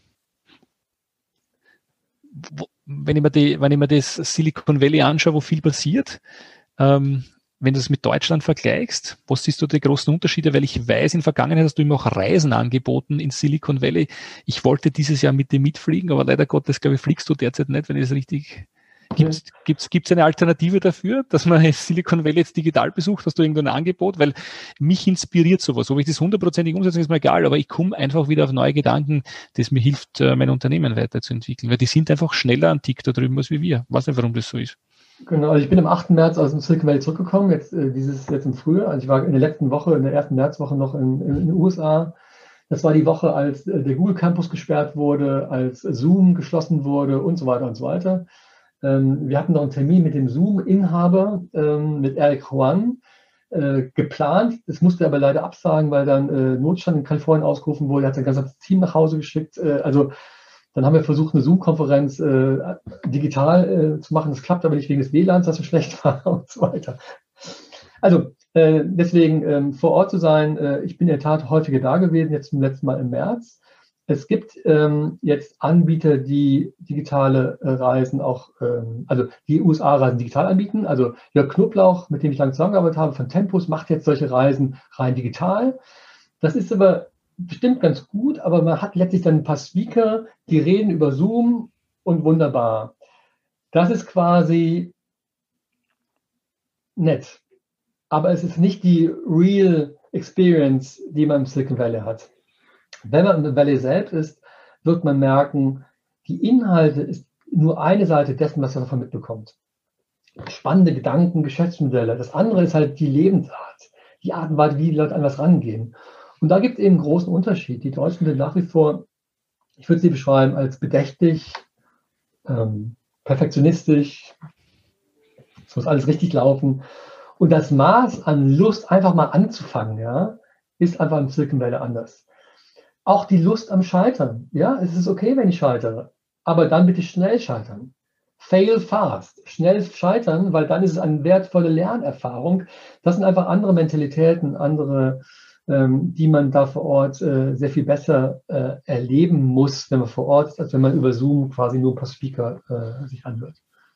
wo, wenn ich mir die, wenn ich mir das Silicon Valley anschaue, wo viel passiert, ähm, wenn du das mit Deutschland vergleichst, was siehst du die großen Unterschiede? Weil ich weiß, in der Vergangenheit hast du immer auch Reisen angeboten in Silicon Valley. Ich wollte dieses Jahr mit dir mitfliegen, aber leider Gottes, glaube ich, fliegst du derzeit nicht, wenn ich das richtig... Gibt es gibt's, gibt's eine Alternative dafür, dass man Silicon Valley jetzt digital besucht? Hast du irgendein Angebot? Weil mich inspiriert sowas. Ob ich das hundertprozentig umsetze, ist mir egal, aber ich komme einfach wieder auf neue Gedanken, das mir hilft, mein Unternehmen weiterzuentwickeln. Weil die sind einfach schneller an Tick da drüben als wie wir. Ich weiß nicht, warum das so ist. Genau, also ich bin am achten März aus dem Silicon Valley zurückgekommen, jetzt äh, dieses jetzt im Frühjahr. Also ich war in der letzten Woche, in der ersten Märzwoche noch in, in, in den U S A. Das war die Woche, als äh, der Google Campus gesperrt wurde, als Zoom geschlossen wurde und so weiter und so weiter. Ähm, wir hatten noch einen Termin mit dem Zoom-Inhaber, ähm, mit Eric Huang, äh, geplant. Das musste er aber leider absagen, weil dann äh, Notstand in Kalifornien ausgerufen wurde. Er hat sein ganzes Team nach Hause geschickt. Äh, also Dann haben wir versucht, eine Zoom-Konferenz äh, digital äh, zu machen. Das klappt aber nicht wegen des W L A Ns, das so schlecht war und so weiter. Also äh, deswegen ähm, vor Ort zu sein. Äh, ich bin in der Tat häufiger da gewesen, jetzt zum letzten Mal im März. Es gibt ähm, jetzt Anbieter, die digitale äh, Reisen auch, ähm, also die U S A-Reisen digital anbieten. Also Jörg Knoblauch, mit dem ich lange zusammengearbeitet habe, von Tempus, macht jetzt solche Reisen rein digital. Das ist aber bestimmt ganz gut, aber man hat letztlich dann ein paar Speaker, die reden über Zoom und wunderbar. Das ist quasi nett, aber es ist nicht die real Experience, die man im Silicon Valley hat. Wenn man im Valley selbst ist, wird man merken, die Inhalte ist nur eine Seite dessen, was man davon mitbekommt. Spannende Gedanken, Geschäftsmodelle. Das andere ist halt die Lebensart, die Art und Weise, wie die Leute an was rangehen. Und da gibt es eben einen großen Unterschied. Die Deutschen sind nach wie vor, ich würde sie beschreiben, als bedächtig, ähm, perfektionistisch, es muss alles richtig laufen. Und das Maß an Lust, einfach mal anzufangen, ja, ist einfach im Silicon Valley anders. Auch die Lust am Scheitern. Ja, es ist okay, wenn ich scheitere, aber dann bitte schnell scheitern. Fail fast. Schnell scheitern, weil dann ist es eine wertvolle Lernerfahrung. Das sind einfach andere Mentalitäten, andere, ähm, die man da vor Ort äh, sehr viel besser äh, erleben muss, wenn man vor Ort ist, als wenn man über Zoom quasi nur ein paar Speaker äh, sich anhört.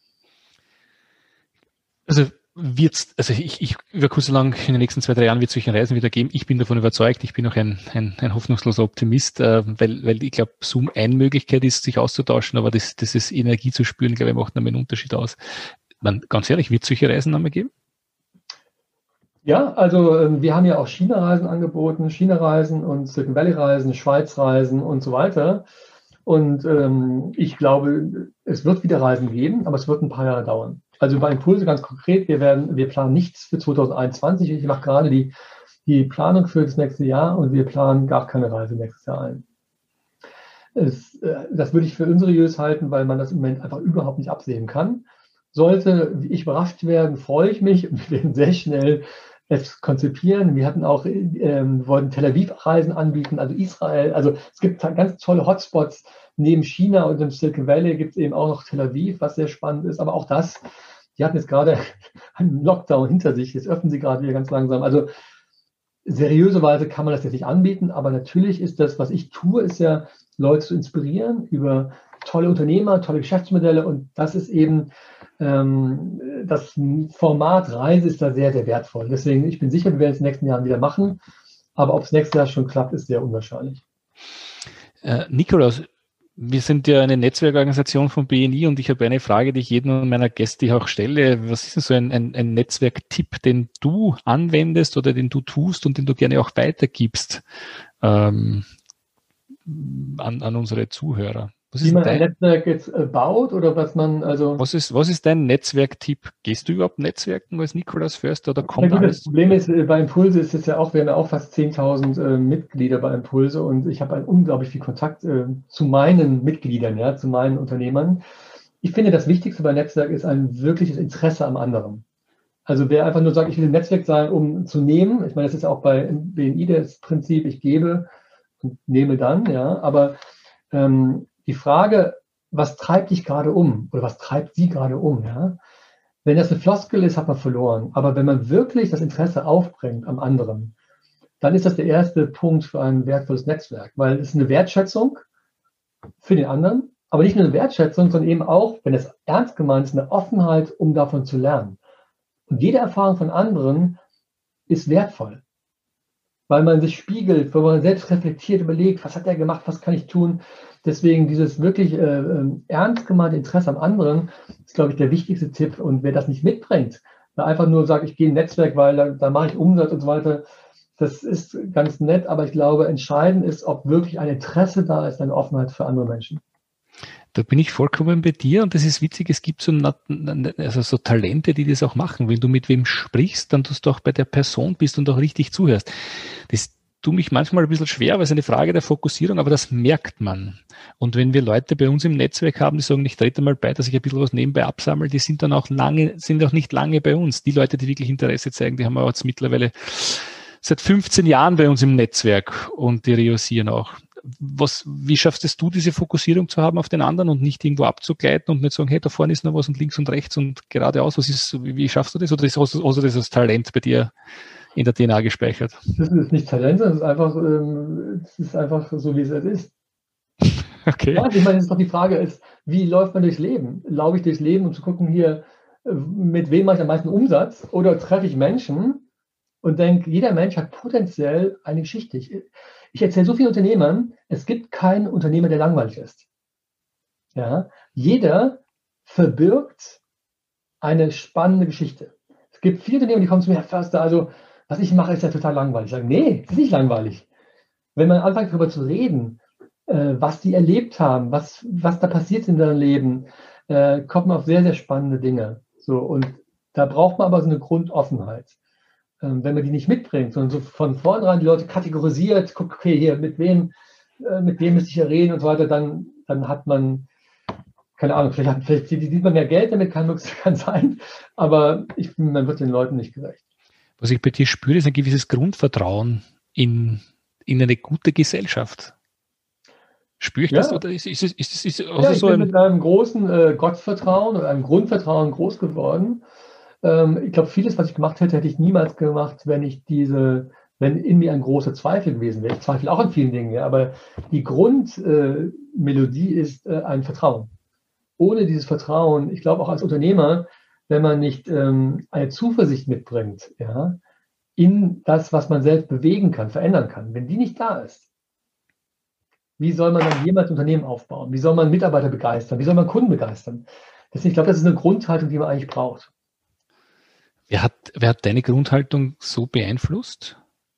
Also wird's, also ich, ich über kurz oder lang in den nächsten zwei, drei Jahren wird es solche Reisen wieder geben. Ich bin davon überzeugt, ich bin auch ein, ein, ein hoffnungsloser Optimist, äh, weil, weil ich glaube, Zoom eine Möglichkeit ist, sich auszutauschen, aber das, das ist Energie zu spüren, glaube ich, macht einen Unterschied aus. Man, ganz ehrlich, wird es solche Reisen nochmal geben? Ja, also ähm, wir haben ja auch China-Reisen angeboten, China-Reisen und Silicon Valley-Reisen, Schweiz-Reisen und so weiter. Und ähm, ich glaube, es wird wieder Reisen geben, aber es wird ein paar Jahre dauern. Also bei Impulse ganz konkret, wir werden, wir planen nichts für zwanzig einundzwanzig. Ich mache gerade die, die Planung für das nächste Jahr und wir planen gar keine Reise nächstes Jahr ein. Es, äh, das würde ich für unseriös halten, weil man das im Moment einfach überhaupt nicht absehen kann. Sollte ich überrascht werden, freue ich mich und wir werden sehr schnell es konzipieren. Wir hatten auch, ähm, wollten Tel Aviv-Reisen anbieten, also Israel. Also es gibt ganz tolle Hotspots. Neben China und dem Silicon Valley gibt es eben auch noch Tel Aviv, was sehr spannend ist. Aber auch das, die hatten jetzt gerade einen Lockdown hinter sich. Jetzt öffnen sie gerade wieder ganz langsam. Also seriöserweise kann man das jetzt nicht anbieten. Aber natürlich ist das, was ich tue, ist ja, Leute zu inspirieren über tolle Unternehmer, tolle Geschäftsmodelle. Und das ist eben, ähm, das Format Reise ist da sehr, sehr wertvoll. Deswegen, ich bin sicher, wir werden es in den nächsten Jahren wieder machen. Aber ob es nächstes Jahr schon klappt, ist sehr unwahrscheinlich. Äh, Nikolaus, wir sind ja eine Netzwerkorganisation von B N I und ich habe eine Frage, die ich jedem meiner Gäste auch stelle. Was ist denn so ein, ein, ein Netzwerktipp, den du anwendest oder den du tust und den du gerne auch weitergibst ähm, an, an unsere Zuhörer? Was Wie ist man dein, ein Netzwerk jetzt äh, baut oder was man, also. Was ist, was ist dein Netzwerktipp? Gehst du überhaupt Netzwerken als Nikolaus Förster oder kommt Ja, gut, alles? das Problem ist, äh, bei Impulse ist es ja auch, wir haben ja auch fast zehntausend äh, Mitglieder bei Impulse und ich habe einen unglaublich viel Kontakt äh, zu meinen Mitgliedern, ja, zu meinen Unternehmern. Ich finde, das Wichtigste bei Netzwerk ist ein wirkliches Interesse am anderen. Also wer einfach nur sagt, ich will ein Netzwerk sein, um zu nehmen, ich meine, das ist auch bei B N I das Prinzip, ich gebe und nehme dann, ja, aber ähm, die Frage, was treibt dich gerade um oder was treibt sie gerade um, ja? Wenn das eine Floskel ist, hat man verloren. Aber wenn man wirklich das Interesse aufbringt am anderen, dann ist das der erste Punkt für ein wertvolles Netzwerk, weil es ist eine Wertschätzung für den anderen, aber nicht nur eine Wertschätzung, sondern eben auch, wenn es ernst gemeint ist, eine Offenheit, um davon zu lernen. Und jede Erfahrung von anderen ist wertvoll, weil man sich spiegelt, weil man selbst reflektiert, überlegt, was hat er gemacht, was kann ich tun. Deswegen dieses wirklich äh, ernst gemeinte Interesse am anderen ist, glaube ich, der wichtigste Tipp. Und wer das nicht mitbringt, wer einfach nur sagt, ich gehe in ein Netzwerk, weil da, da mache ich Umsatz und so weiter, das ist ganz nett. Aber ich glaube, entscheidend ist, ob wirklich ein Interesse da ist, eine Offenheit für andere Menschen. Da bin ich vollkommen bei dir und das ist witzig, es gibt so, also so Talente, die das auch machen. Wenn du mit wem sprichst, dann tust du auch bei der Person bist und auch richtig zuhörst. Das tut mich manchmal ein bisschen schwer, weil es eine Frage der Fokussierung, aber das merkt man. Und wenn wir Leute bei uns im Netzwerk haben, die sagen, ich trete mal bei, dass ich ein bisschen was nebenbei absammle, die sind dann auch lange, sind auch nicht lange bei uns. Die Leute, die wirklich Interesse zeigen, die haben wir jetzt mittlerweile seit fünfzehn Jahren bei uns im Netzwerk und die reüssieren auch. Was, wie schaffst es du, diese Fokussierung zu haben auf den anderen und nicht irgendwo abzugleiten und nicht sagen, hey, da vorne ist noch was und links und rechts und geradeaus, was ist, wie, wie schaffst du das? Oder ist also das als Talent bei dir in der D N A gespeichert? Das ist nicht Talent, das ist einfach, ähm, es ist einfach so, wie es ist. Okay. Ja, ich meine, es ist doch die Frage, ist, wie läuft man durchs Leben? Laufe ich durchs Leben, um zu gucken, hier, mit wem mache ich am meisten Umsatz? Oder treffe ich Menschen und denke, jeder Mensch hat potenziell eine Geschichte. Ich, ich erzähle so vielen Unternehmern, es gibt keinen Unternehmer, der langweilig ist. Ja, jeder verbirgt eine spannende Geschichte. Es gibt viele Unternehmer, die kommen zu mir, Herr Förster, also was ich mache, ist ja total langweilig. Ich sage, nee, es ist nicht langweilig. Wenn man anfängt, darüber zu reden, äh, was die erlebt haben, was, was da passiert in deren Leben, äh, kommt man auf sehr, sehr spannende Dinge. So, und da braucht man aber so eine Grundoffenheit. Ähm, wenn man die nicht mitbringt, sondern so von vornherein die Leute kategorisiert, guckt, okay, hier, mit wem, äh, mit wem müsste ich hier reden und so weiter, dann, dann hat man, keine Ahnung, vielleicht, hat, vielleicht sieht man mehr Geld damit, kann, kann sein, aber ich, man wird den Leuten nicht gerecht. Was ich bei dir spüre, ist ein gewisses Grundvertrauen in, in eine gute Gesellschaft. Spüre ich ja. das oder ist, ist, ist, ist, ist, ist ja, ich so bin ein mit einem großen äh, Gottvertrauen oder einem Grundvertrauen groß geworden. Ähm, ich glaube, vieles, was ich gemacht hätte, hätte ich niemals gemacht, wenn ich diese, wenn in mir ein großer Zweifel gewesen wäre. Ich zweifle auch an vielen Dingen, ja, aber die Grundmelodie äh, ist äh, ein Vertrauen. Ohne dieses Vertrauen, ich glaube auch als Unternehmer, wenn man nicht ähm, eine Zuversicht mitbringt, ja, in das, was man selbst bewegen kann, verändern kann, wenn die nicht da ist, wie soll man dann jemals Unternehmen aufbauen? Wie soll man Mitarbeiter begeistern? Wie soll man Kunden begeistern? Deswegen, ich glaube, das ist eine Grundhaltung, die man eigentlich braucht. Wer hat, wer hat deine Grundhaltung so beeinflusst?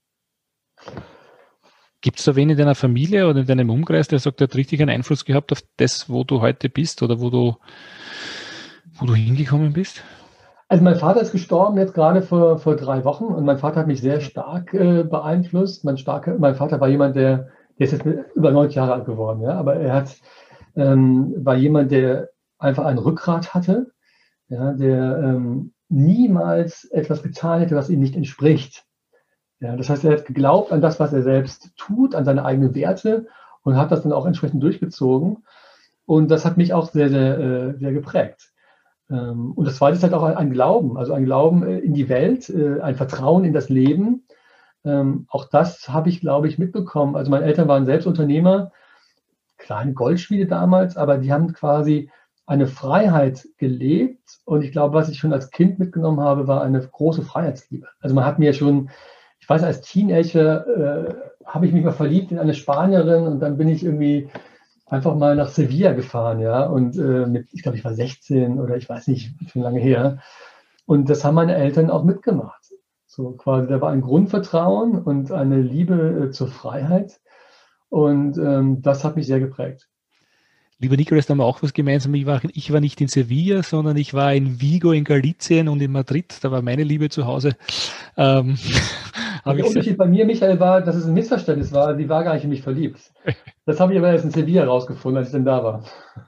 Gibt es da wen in deiner Familie oder in deinem Umkreis, der sagt, der hat richtig einen Einfluss gehabt auf das, wo du heute bist oder wo du, wo du hingekommen bist? Also mein Vater ist gestorben jetzt gerade vor, vor drei Wochen und mein Vater hat mich sehr stark äh, beeinflusst. Mein, starke, mein Vater war jemand, der, der ist jetzt über neunzig Jahre alt geworden, ja, aber er hat, ähm, war jemand, der einfach ein Rückgrat hatte, ja, der ähm, niemals etwas getan hätte, was ihm nicht entspricht. Ja, das heißt, er hat geglaubt an das, was er selbst tut, an seine eigenen Werte und hat das dann auch entsprechend durchgezogen. Und das hat mich auch sehr, sehr, äh, sehr geprägt. Ähm, und das zweite ist halt auch ein Glauben, also ein Glauben äh, in die Welt, äh, ein Vertrauen in das Leben. Ähm, auch das habe ich, glaube ich, mitbekommen. Also meine Eltern waren selbst Unternehmer, kleine Goldschmiede damals, aber die haben quasi eine Freiheit gelebt. Und ich glaube, was ich schon als Kind mitgenommen habe, war eine große Freiheitsliebe. Also man hat mir schon, ich weiß, als Teenager äh, habe ich mich mal verliebt in eine Spanierin und dann bin ich irgendwie einfach mal nach Sevilla gefahren, ja, und äh, mit, ich glaube, ich war sechzehn oder ich weiß nicht, schon lange her. Und das haben meine Eltern auch mitgemacht. So quasi, da war ein Grundvertrauen und eine Liebe äh, zur Freiheit. Und ähm, das hat mich sehr geprägt. Lieber Nikolaus, da haben wir auch was gemeinsam. Ich war, ich war nicht in Sevilla, sondern ich war in Vigo in Galicien und in Madrid. Da war meine Liebe zu Hause. Ähm, Der Unterschied bei mir, Michael, war, dass es ein Missverständnis war. Sie war gar nicht in mich verliebt. Das habe ich aber erst in Sevilla rausgefunden, als ich dann da war.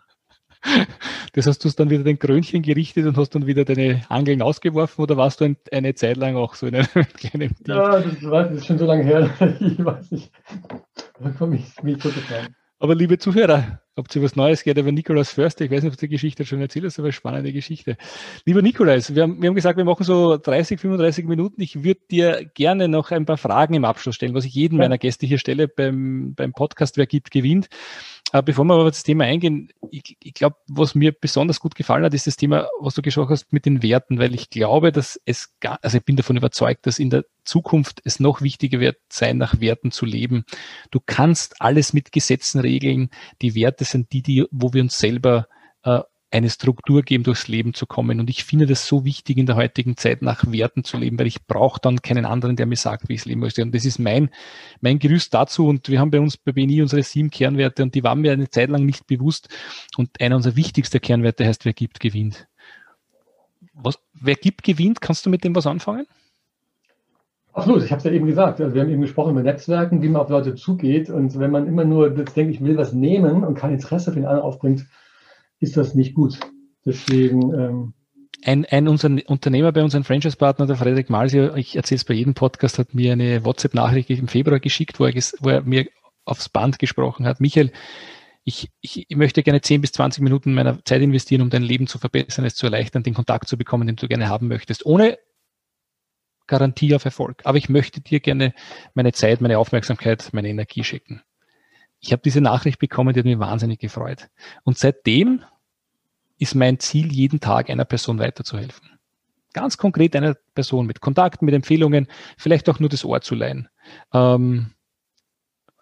Das heißt, du hast dann wieder den Krönchen gerichtet und hast dann wieder deine Angeln ausgeworfen oder warst du ein, eine Zeit lang auch so in einem kleinen Tief? Ja, das, das ist schon so lange her. Ich weiß nicht. Da komme ich, bin ich zurückgefahren. Aber liebe Zuhörer, habt ihr was Neues gehört über Nikolaus Förster? Ich weiß nicht, ob du die Geschichte schon erzählt hast, aber eine spannende Geschichte. Lieber Nikolaus, wir haben, wir haben gesagt, wir machen so dreißig, fünfunddreißig Minuten. Ich würde dir gerne noch ein paar Fragen im Abschluss stellen, was ich jedem ja. meiner Gäste hier stelle beim, beim Podcast Wer gibt, gewinnt. Aber bevor wir aber auf das Thema eingehen, ich, ich glaube, was mir besonders gut gefallen hat, ist das Thema, was du gesprochen hast mit den Werten, weil ich glaube, dass es, gar, also ich bin davon überzeugt, dass in der Zukunft es noch wichtiger wird, sein, nach Werten zu leben. Du kannst alles mit Gesetzen regeln. Die Werte sind die, die, wo wir uns selber äh, eine Struktur geben, durchs Leben zu kommen. Und ich finde das so wichtig in der heutigen Zeit, nach Werten zu leben, weil ich brauche dann keinen anderen, der mir sagt, wie ich es leben möchte. Und das ist mein, mein Gerüst dazu. Und wir haben bei uns bei B N I unsere sieben Kernwerte und die waren mir eine Zeit lang nicht bewusst. Und einer unserer wichtigsten Kernwerte heißt, wer gibt, gewinnt. Was, wer gibt, gewinnt? Kannst du mit dem was anfangen? Absolut, ich habe es ja eben gesagt. Also wir haben eben gesprochen über Netzwerken, wie man auf Leute zugeht. Und wenn man immer nur das denkt, ich will was nehmen und kein Interesse für den anderen aufbringt, ist das nicht gut. Deswegen. Ähm ein, ein unser Unternehmer bei uns, ein Franchise-Partner, der Frederik Malsier, ich erzähle es bei jedem Podcast, hat mir eine WhatsApp-Nachricht im Februar geschickt, wo er, wo er mir aufs Band gesprochen hat. Michael, ich, ich, ich möchte gerne zehn bis zwanzig Minuten meiner Zeit investieren, um dein Leben zu verbessern, es zu erleichtern, den Kontakt zu bekommen, den du gerne haben möchtest, ohne Garantie auf Erfolg. Aber ich möchte dir gerne meine Zeit, meine Aufmerksamkeit, meine Energie schicken. Ich habe diese Nachricht bekommen, die hat mich wahnsinnig gefreut. Und seitdem ist mein Ziel, jeden Tag einer Person weiterzuhelfen. Ganz konkret einer Person mit Kontakten, mit Empfehlungen, vielleicht auch nur das Ohr zu leihen. Ähm,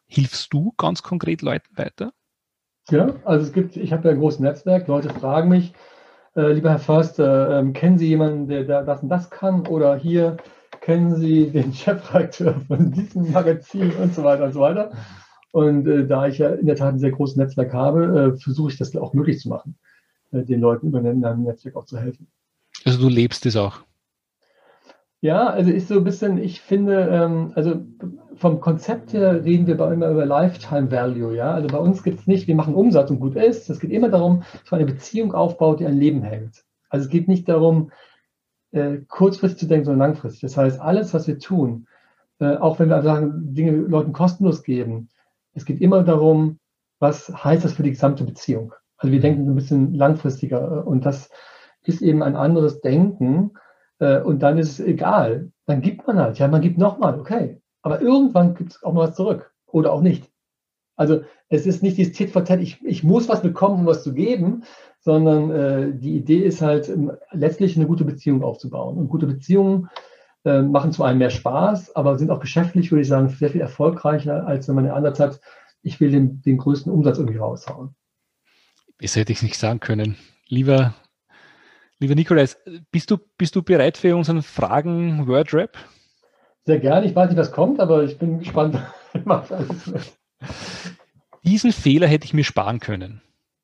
hilfst du ganz konkret Leuten weiter? Ja, also es gibt, ich habe ja ein großes Netzwerk, Leute fragen mich, äh, lieber Herr Förster, ähm, kennen Sie jemanden, der, der das und das kann? Oder hier, kennen Sie den Chefredakteur von diesem Magazin und so weiter und so weiter. Und äh, da ich ja in der Tat ein sehr großes Netzwerk habe, äh, versuche ich das auch möglich zu machen, äh, den Leuten über ein Netzwerk auch zu helfen. Also du lebst es auch. Ja, also ist so ein bisschen, ich finde, ähm, also vom Konzept her reden wir bei immer über Lifetime Value, ja. Also bei uns gibt es nicht, wir machen Umsatz und gut ist. Es geht immer darum, dass man eine Beziehung aufbaut, die ein Leben hält. Also es geht nicht darum, äh, kurzfristig zu denken, sondern langfristig. Das heißt, alles, was wir tun, äh, auch wenn wir sagen, Dinge Leuten kostenlos geben, es geht immer darum, was heißt das für die gesamte Beziehung. Also wir denken ein bisschen langfristiger äh, und das ist eben ein anderes Denken. Äh, und dann ist es egal. Dann gibt man halt. Ja, man gibt nochmal, okay. Aber irgendwann gibt es auch mal was zurück. Oder auch nicht. Also es ist nicht dieses Tit for Tat, ich, ich muss was bekommen, um was zu geben, sondern äh, die Idee ist halt, ähm, letztlich eine gute Beziehung aufzubauen. Und gute Beziehungen äh, machen zu einem mehr Spaß, aber sind auch geschäftlich, würde ich sagen, sehr viel erfolgreicher, als wenn man den Ansatz hat, ich will den, den größten Umsatz irgendwie raushauen. Besser hätte ich es nicht sagen können. Lieber Lieber Nikolaus, bist du, bist du bereit für unseren Fragen-Word-Rap? Sehr gerne. Ich weiß nicht, was kommt, aber ich bin gespannt. Ich mache alles mit. Diesen Fehler hätte ich mir sparen können.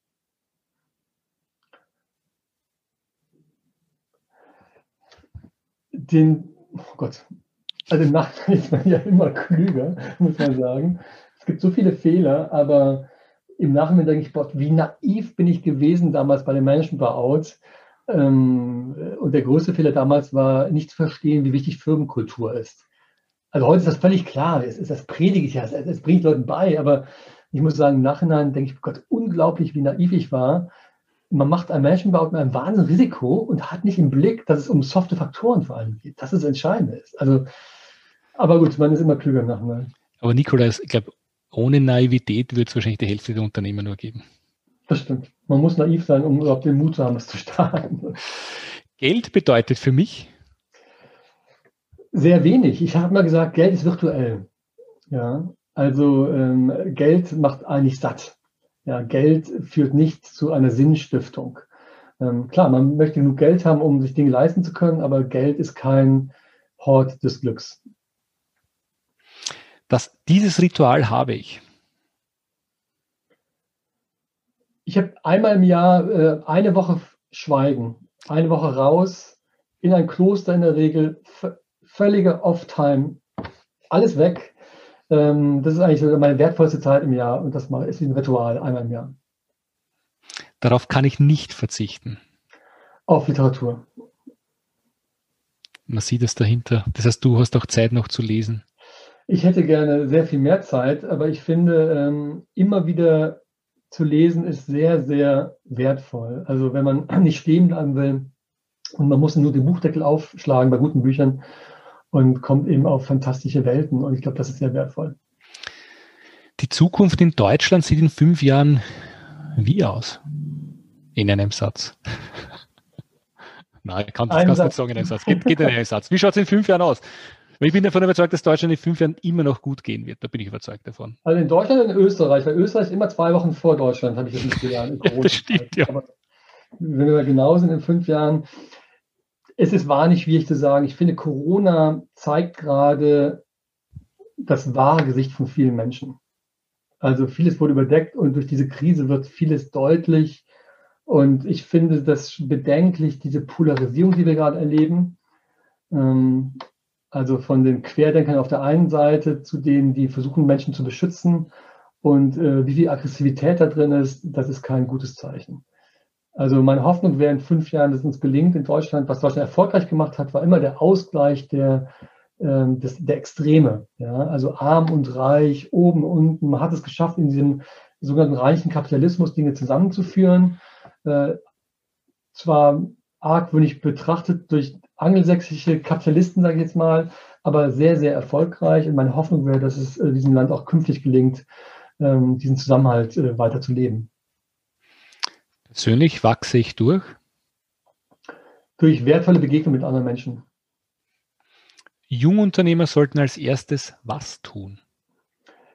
Den, oh Gott, also im Nachhinein ist man ja immer klüger, muss man sagen. Es gibt so viele Fehler, aber im Nachhinein denke ich, boah, wie naiv bin ich gewesen damals bei den Management-Buyouts. Ähm, und der größte Fehler damals war, nicht zu verstehen, wie wichtig Firmenkultur ist. Also heute ist das völlig klar, es ist das predige ich ja, es, es bringt Leuten bei, aber ich muss sagen, im Nachhinein denke ich, Gott, unglaublich, wie naiv ich war. Man macht ein Management-Buyout mit einem wahnsinnigen Risiko und hat nicht im Blick, dass es um softe Faktoren vor allem geht. Das ist das Entscheidende. Also, aber gut, man ist immer klüger im Nachhinein. Aber Nikolaus, ich glaube, ohne Naivität wird es wahrscheinlich die Hälfte der Unternehmer nur geben. Das stimmt. Man muss naiv sein, um überhaupt den Mut zu haben, es zu starten. Geld bedeutet für mich? Sehr wenig. Ich habe mal gesagt, Geld ist virtuell. Ja, also ähm, Geld macht eigentlich satt. Ja, Geld führt nicht zu einer Sinnstiftung. Ähm, klar, man möchte genug Geld haben, um sich Dinge leisten zu können, aber Geld ist kein Hort des Glücks. Das, dieses Ritual habe ich. Ich habe einmal im Jahr äh, eine Woche Schweigen, eine Woche raus, in ein Kloster in der Regel, völlige Off-Time, alles weg. Ähm, das ist eigentlich so meine wertvollste Zeit im Jahr und das ist ein Ritual, einmal im Jahr. Darauf kann ich nicht verzichten. Auf Literatur. Man sieht es dahinter. Das heißt, du hast auch Zeit noch zu lesen. Ich hätte gerne sehr viel mehr Zeit, aber ich finde, ähm, immer wieder zu lesen ist sehr, sehr wertvoll. Also wenn man nicht stehen bleiben will und man muss nur den Buchdeckel aufschlagen bei guten Büchern und kommt eben auf fantastische Welten. Und ich glaube, das ist sehr wertvoll. Die Zukunft in Deutschland sieht in fünf Jahren wie aus? In einem Satz. Nein, ich kann das nicht sagen in einem Satz. Geht, geht in einem Satz. Wie schaut es in fünf Jahren aus? Weil ich bin davon überzeugt, dass Deutschland in fünf Jahren immer noch gut gehen wird. Da bin ich überzeugt davon. Also in Deutschland und in Österreich, weil Österreich ist immer zwei Wochen vor Deutschland, habe ich das nicht gelernt. Ja, das stimmt, ja. Aber wenn wir genau sind in fünf Jahren, es ist wahnsinnig schwierig zu sagen. Ich finde, Corona zeigt gerade das wahre Gesicht von vielen Menschen. Also vieles wurde überdeckt und durch diese Krise wird vieles deutlich. Und ich finde das bedenklich, diese Polarisierung, die wir gerade erleben. Ähm, Also von den Querdenkern auf der einen Seite zu denen, die versuchen, Menschen zu beschützen. Und äh, wie viel Aggressivität da drin ist, das ist kein gutes Zeichen. Also meine Hoffnung wäre in fünf Jahren, dass uns gelingt in Deutschland, was Deutschland erfolgreich gemacht hat, war immer der Ausgleich der, ähm, des, der Extreme. Ja? Also arm und reich, oben, unten. Man hat es geschafft, in diesem sogenannten reichen Kapitalismus Dinge zusammenzuführen. Äh, zwar argwöhnisch betrachtet durch angelsächsische Kapitalisten, sage ich jetzt mal, aber sehr, sehr erfolgreich. Und meine Hoffnung wäre, dass es äh, diesem Land auch künftig gelingt, ähm, diesen Zusammenhalt äh, weiter zu leben. Persönlich wachse ich durch? Durch wertvolle Begegnungen mit anderen Menschen. Jungunternehmer sollten als erstes was tun?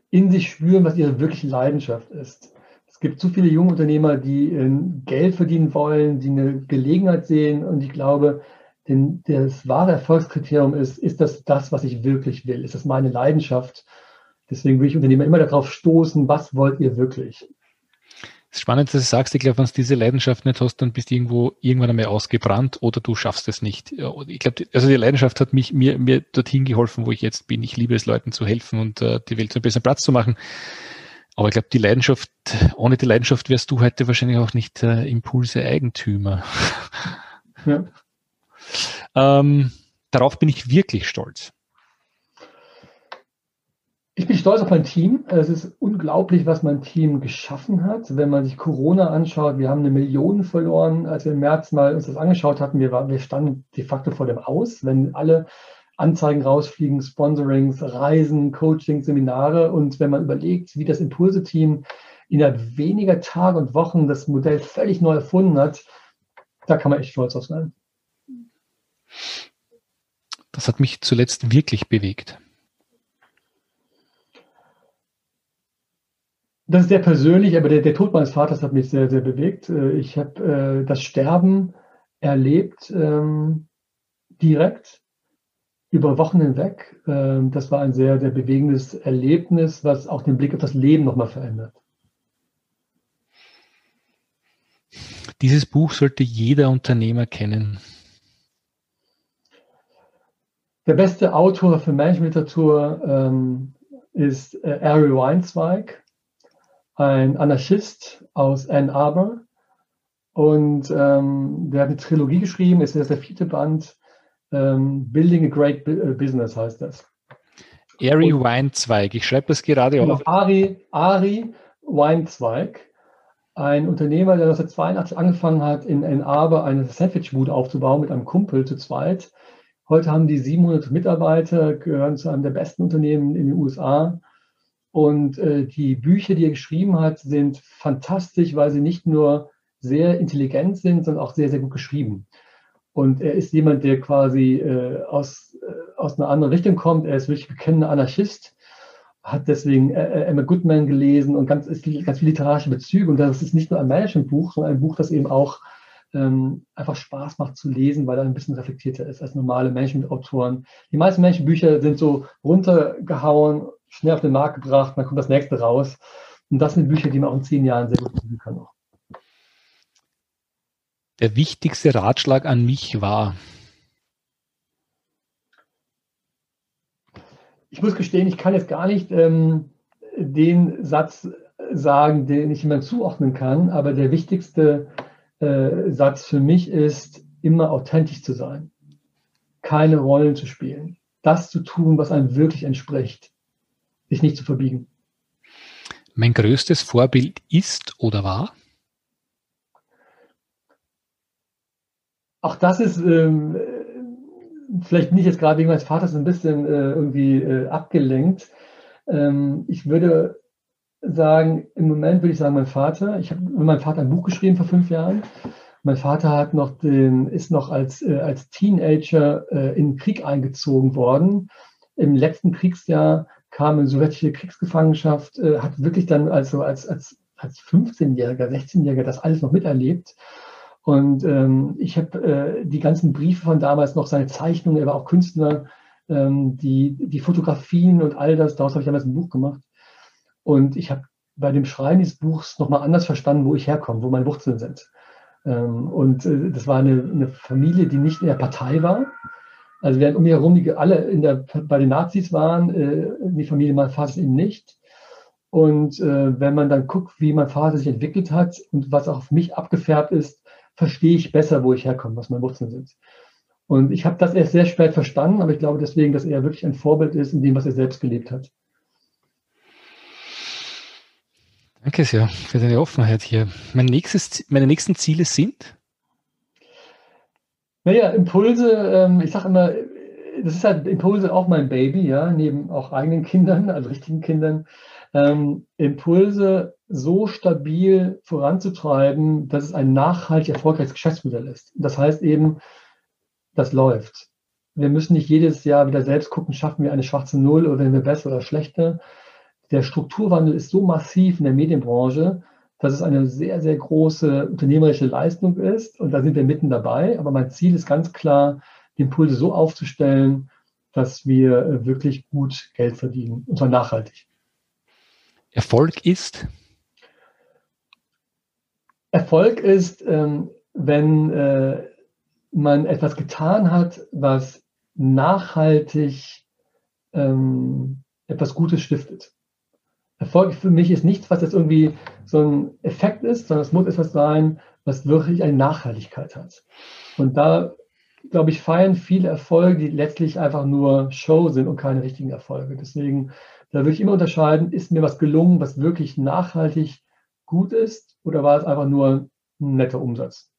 in sich spüren, was ihre wirkliche Leidenschaft ist. Es gibt zu viele junge Unternehmer, die äh, Geld verdienen wollen, die eine Gelegenheit sehen. Und ich glaube, denn das wahre Erfolgskriterium ist, ist das das, was ich wirklich will? Ist das meine Leidenschaft? Deswegen will ich Unternehmer immer darauf stoßen, was wollt ihr wirklich? Es ist spannend, dass du sagst, ich glaube, wenn du diese Leidenschaft nicht hast, dann bist du irgendwo irgendwann einmal ausgebrannt oder du schaffst es nicht. Ich glaube, also die Leidenschaft hat mich mir, mir dorthin geholfen, wo ich jetzt bin. Ich liebe es, Leuten zu helfen und uh, die Welt zu einem besseren Platz zu machen. Aber ich glaube, die Leidenschaft, ohne die Leidenschaft wärst du heute wahrscheinlich auch nicht uh, Impulse-Eigentümer. Ja. ähm, darauf bin ich wirklich stolz. Ich bin stolz auf mein Team. Es ist unglaublich, was mein Team geschaffen hat. Wenn man sich Corona anschaut, wir haben eine Million verloren. Als wir im März mal uns das angeschaut hatten, wir, war, wir standen de facto vor dem Aus, wenn alle Anzeigen rausfliegen, Sponsorings, Reisen, Coaching, Seminare. Und wenn man überlegt, wie das Impulse-Team innerhalb weniger Tage und Wochen das Modell völlig neu erfunden hat, da kann man echt stolz auf sein. Das hat mich zuletzt wirklich bewegt. Das ist sehr persönlich, aber der, der Tod meines Vaters hat mich sehr, sehr bewegt. Ich habe äh, das Sterben erlebt, ähm, direkt, über Wochen hinweg. Ähm, das war ein sehr, sehr bewegendes Erlebnis, was auch den Blick auf das Leben nochmal verändert. Dieses Buch sollte jeder Unternehmer kennen. Der beste Autor für Managementliteratur ähm, ist äh, Ari Weinzweig, ein Anarchist aus Ann Arbor, und ähm, der hat eine Trilogie geschrieben, ist jetzt der vierte Band, ähm, Building a Great Business heißt das. Ari Weinzweig, ich schreibe das gerade genau, auf. Ari, Ari Weinzweig, ein Unternehmer, der neunzehnhundertzweiundachtzig angefangen hat, in Ann Arbor eine Sandwichbude aufzubauen mit einem Kumpel zu zweit. Heute haben die siebenhundert Mitarbeiter, gehören zu einem der besten Unternehmen in den U S A. Und äh, die Bücher, die er geschrieben hat, sind fantastisch, weil sie nicht nur sehr intelligent sind, sondern auch sehr, sehr gut geschrieben. Und er ist jemand, der quasi äh, aus, äh, aus einer anderen Richtung kommt. Er ist wirklich bekennender Anarchist, hat deswegen äh, Emma Goodman gelesen und ganz, ist, ganz viele literarische Bezüge. Und das ist nicht nur ein Managementbuch, sondern ein Buch, das eben auch ähm, einfach Spaß macht zu lesen, weil er ein bisschen reflektierter ist als normale Managementautoren. Die meisten Managementbücher sind so runtergehauen, schnell auf den Markt gebracht, dann kommt das nächste raus. Und das sind Bücher, die man auch in zehn Jahren sehr gut lesen kann. Auch. Der wichtigste Ratschlag an mich war? Ich muss gestehen, ich kann jetzt gar nicht ähm, den Satz sagen, den ich jemand zuordnen kann, aber der wichtigste äh, Satz für mich ist, immer authentisch zu sein, keine Rollen zu spielen, das zu tun, was einem wirklich entspricht, sich nicht zu verbiegen. Mein größtes Vorbild ist oder war? Auch das ist, ähm, vielleicht bin ich jetzt gerade wegen meines Vaters ein bisschen äh, irgendwie äh, abgelenkt. Ähm, ich würde sagen, im Moment würde ich sagen, mein Vater. Ich habe mit meinem Vater ein Buch geschrieben vor fünf Jahren. Mein Vater hat noch den, ist noch als, äh, als Teenager äh, in den Krieg eingezogen worden. Im letzten Kriegsjahr kam in sowjetische Kriegsgefangenschaft, äh, hat wirklich dann also als, als, als fünfzehnjähriger, sechzehnjähriger das alles noch miterlebt. Und ähm, ich habe äh, die ganzen Briefe von damals noch, seine Zeichnungen, er war auch Künstler, ähm, die, die Fotografien und all das, daraus habe ich damals ein Buch gemacht. Und ich habe bei dem Schreiben des Buchs nochmal anders verstanden, wo ich herkomme, wo meine Wurzeln sind. Ähm, und äh, das war eine, eine Familie, die nicht in der Partei war. Also während um mich herum die alle in der, bei den Nazis waren, äh, die Familie meines Vaters eben nicht. Und äh, wenn man dann guckt, wie mein Vater sich entwickelt hat und was auch auf mich abgefärbt ist, verstehe ich besser, wo ich herkomme, was meine Wurzeln sind. Und ich habe das erst sehr spät verstanden, aber ich glaube deswegen, dass er wirklich ein Vorbild ist in dem, was er selbst gelebt hat. Danke sehr für deine Offenheit hier. Mein nächstes, meine nächsten Ziele sind? Naja, Impulse, ähm, ich sage immer, das ist halt Impulse auch mein Baby, ja, neben auch eigenen Kindern, also richtigen Kindern. Ähm, Impulse so stabil voranzutreiben, dass es ein nachhaltig erfolgreiches Geschäftsmodell ist. Das heißt eben, das läuft. Wir müssen nicht jedes Jahr wieder selbst gucken, schaffen wir eine schwarze Null oder sind wir besser oder schlechter. der Strukturwandel ist so massiv in der Medienbranche, dass es eine sehr, sehr große unternehmerische Leistung ist. Und da sind wir mitten dabei. Aber mein Ziel ist ganz klar, die Impulse so aufzustellen, dass wir wirklich gut Geld verdienen, und zwar nachhaltig. Erfolg ist? Erfolg ist, ähm, wenn äh, man etwas getan hat, was nachhaltig ähm, etwas Gutes stiftet. Erfolg für mich ist nichts, was jetzt irgendwie so ein Effekt ist, sondern es muss etwas sein, was wirklich eine Nachhaltigkeit hat. Und da, glaube ich, feiern viele Erfolge, die letztlich einfach nur Show sind und keine richtigen Erfolge. Deswegen, da würde ich immer unterscheiden, ist mir was gelungen, was wirklich nachhaltig gut ist, oder war es einfach nur ein netter Umsatz?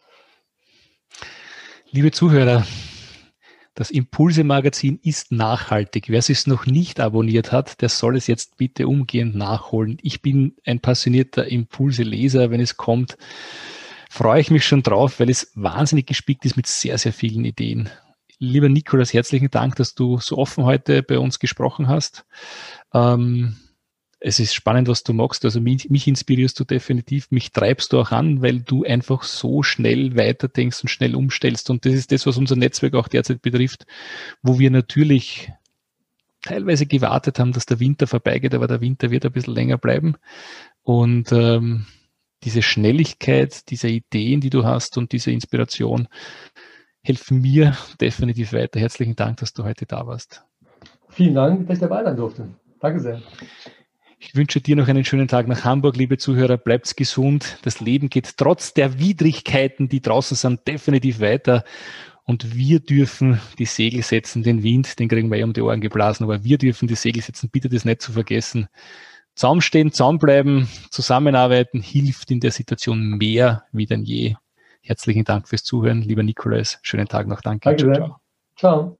Liebe Zuhörer, das Impulse-Magazin ist nachhaltig. Wer es noch nicht abonniert hat, der soll es jetzt bitte umgehend nachholen. Ich bin ein passionierter Impulse-Leser. Wenn es kommt, freue ich mich schon drauf, weil es wahnsinnig gespickt ist mit sehr, sehr vielen Ideen. Lieber Nikolaus, herzlichen Dank, dass du so offen heute bei uns gesprochen hast. Ähm, Es ist spannend, was du machst. Also mich, mich inspirierst du definitiv, mich treibst du auch an, weil du einfach so schnell weiterdenkst und schnell umstellst. Und das ist das, was unser Netzwerk auch derzeit betrifft, wo wir natürlich teilweise gewartet haben, dass der Winter vorbeigeht, aber der Winter wird ein bisschen länger bleiben. Und ähm, diese Schnelligkeit, diese Ideen, die du hast und diese Inspiration helfen mir definitiv weiter. Herzlichen Dank, dass du heute da warst. Vielen Dank, dass ich dabei sein durfte. Danke sehr. Ich wünsche dir noch einen schönen Tag nach Hamburg, liebe Zuhörer. Bleibt gesund. Das Leben geht trotz der Widrigkeiten, die draußen sind, definitiv weiter. Und wir dürfen die Segel setzen. Den Wind, den kriegen wir eh um die Ohren geblasen. Aber wir dürfen die Segel setzen. Bitte das nicht zu vergessen. Zusammenstehen, zusammenbleiben, zusammenarbeiten hilft in der Situation mehr wie denn je. Herzlichen Dank fürs Zuhören, lieber Nikolaus. Schönen Tag noch. Danke. Danke sehr. Ciao. Ciao.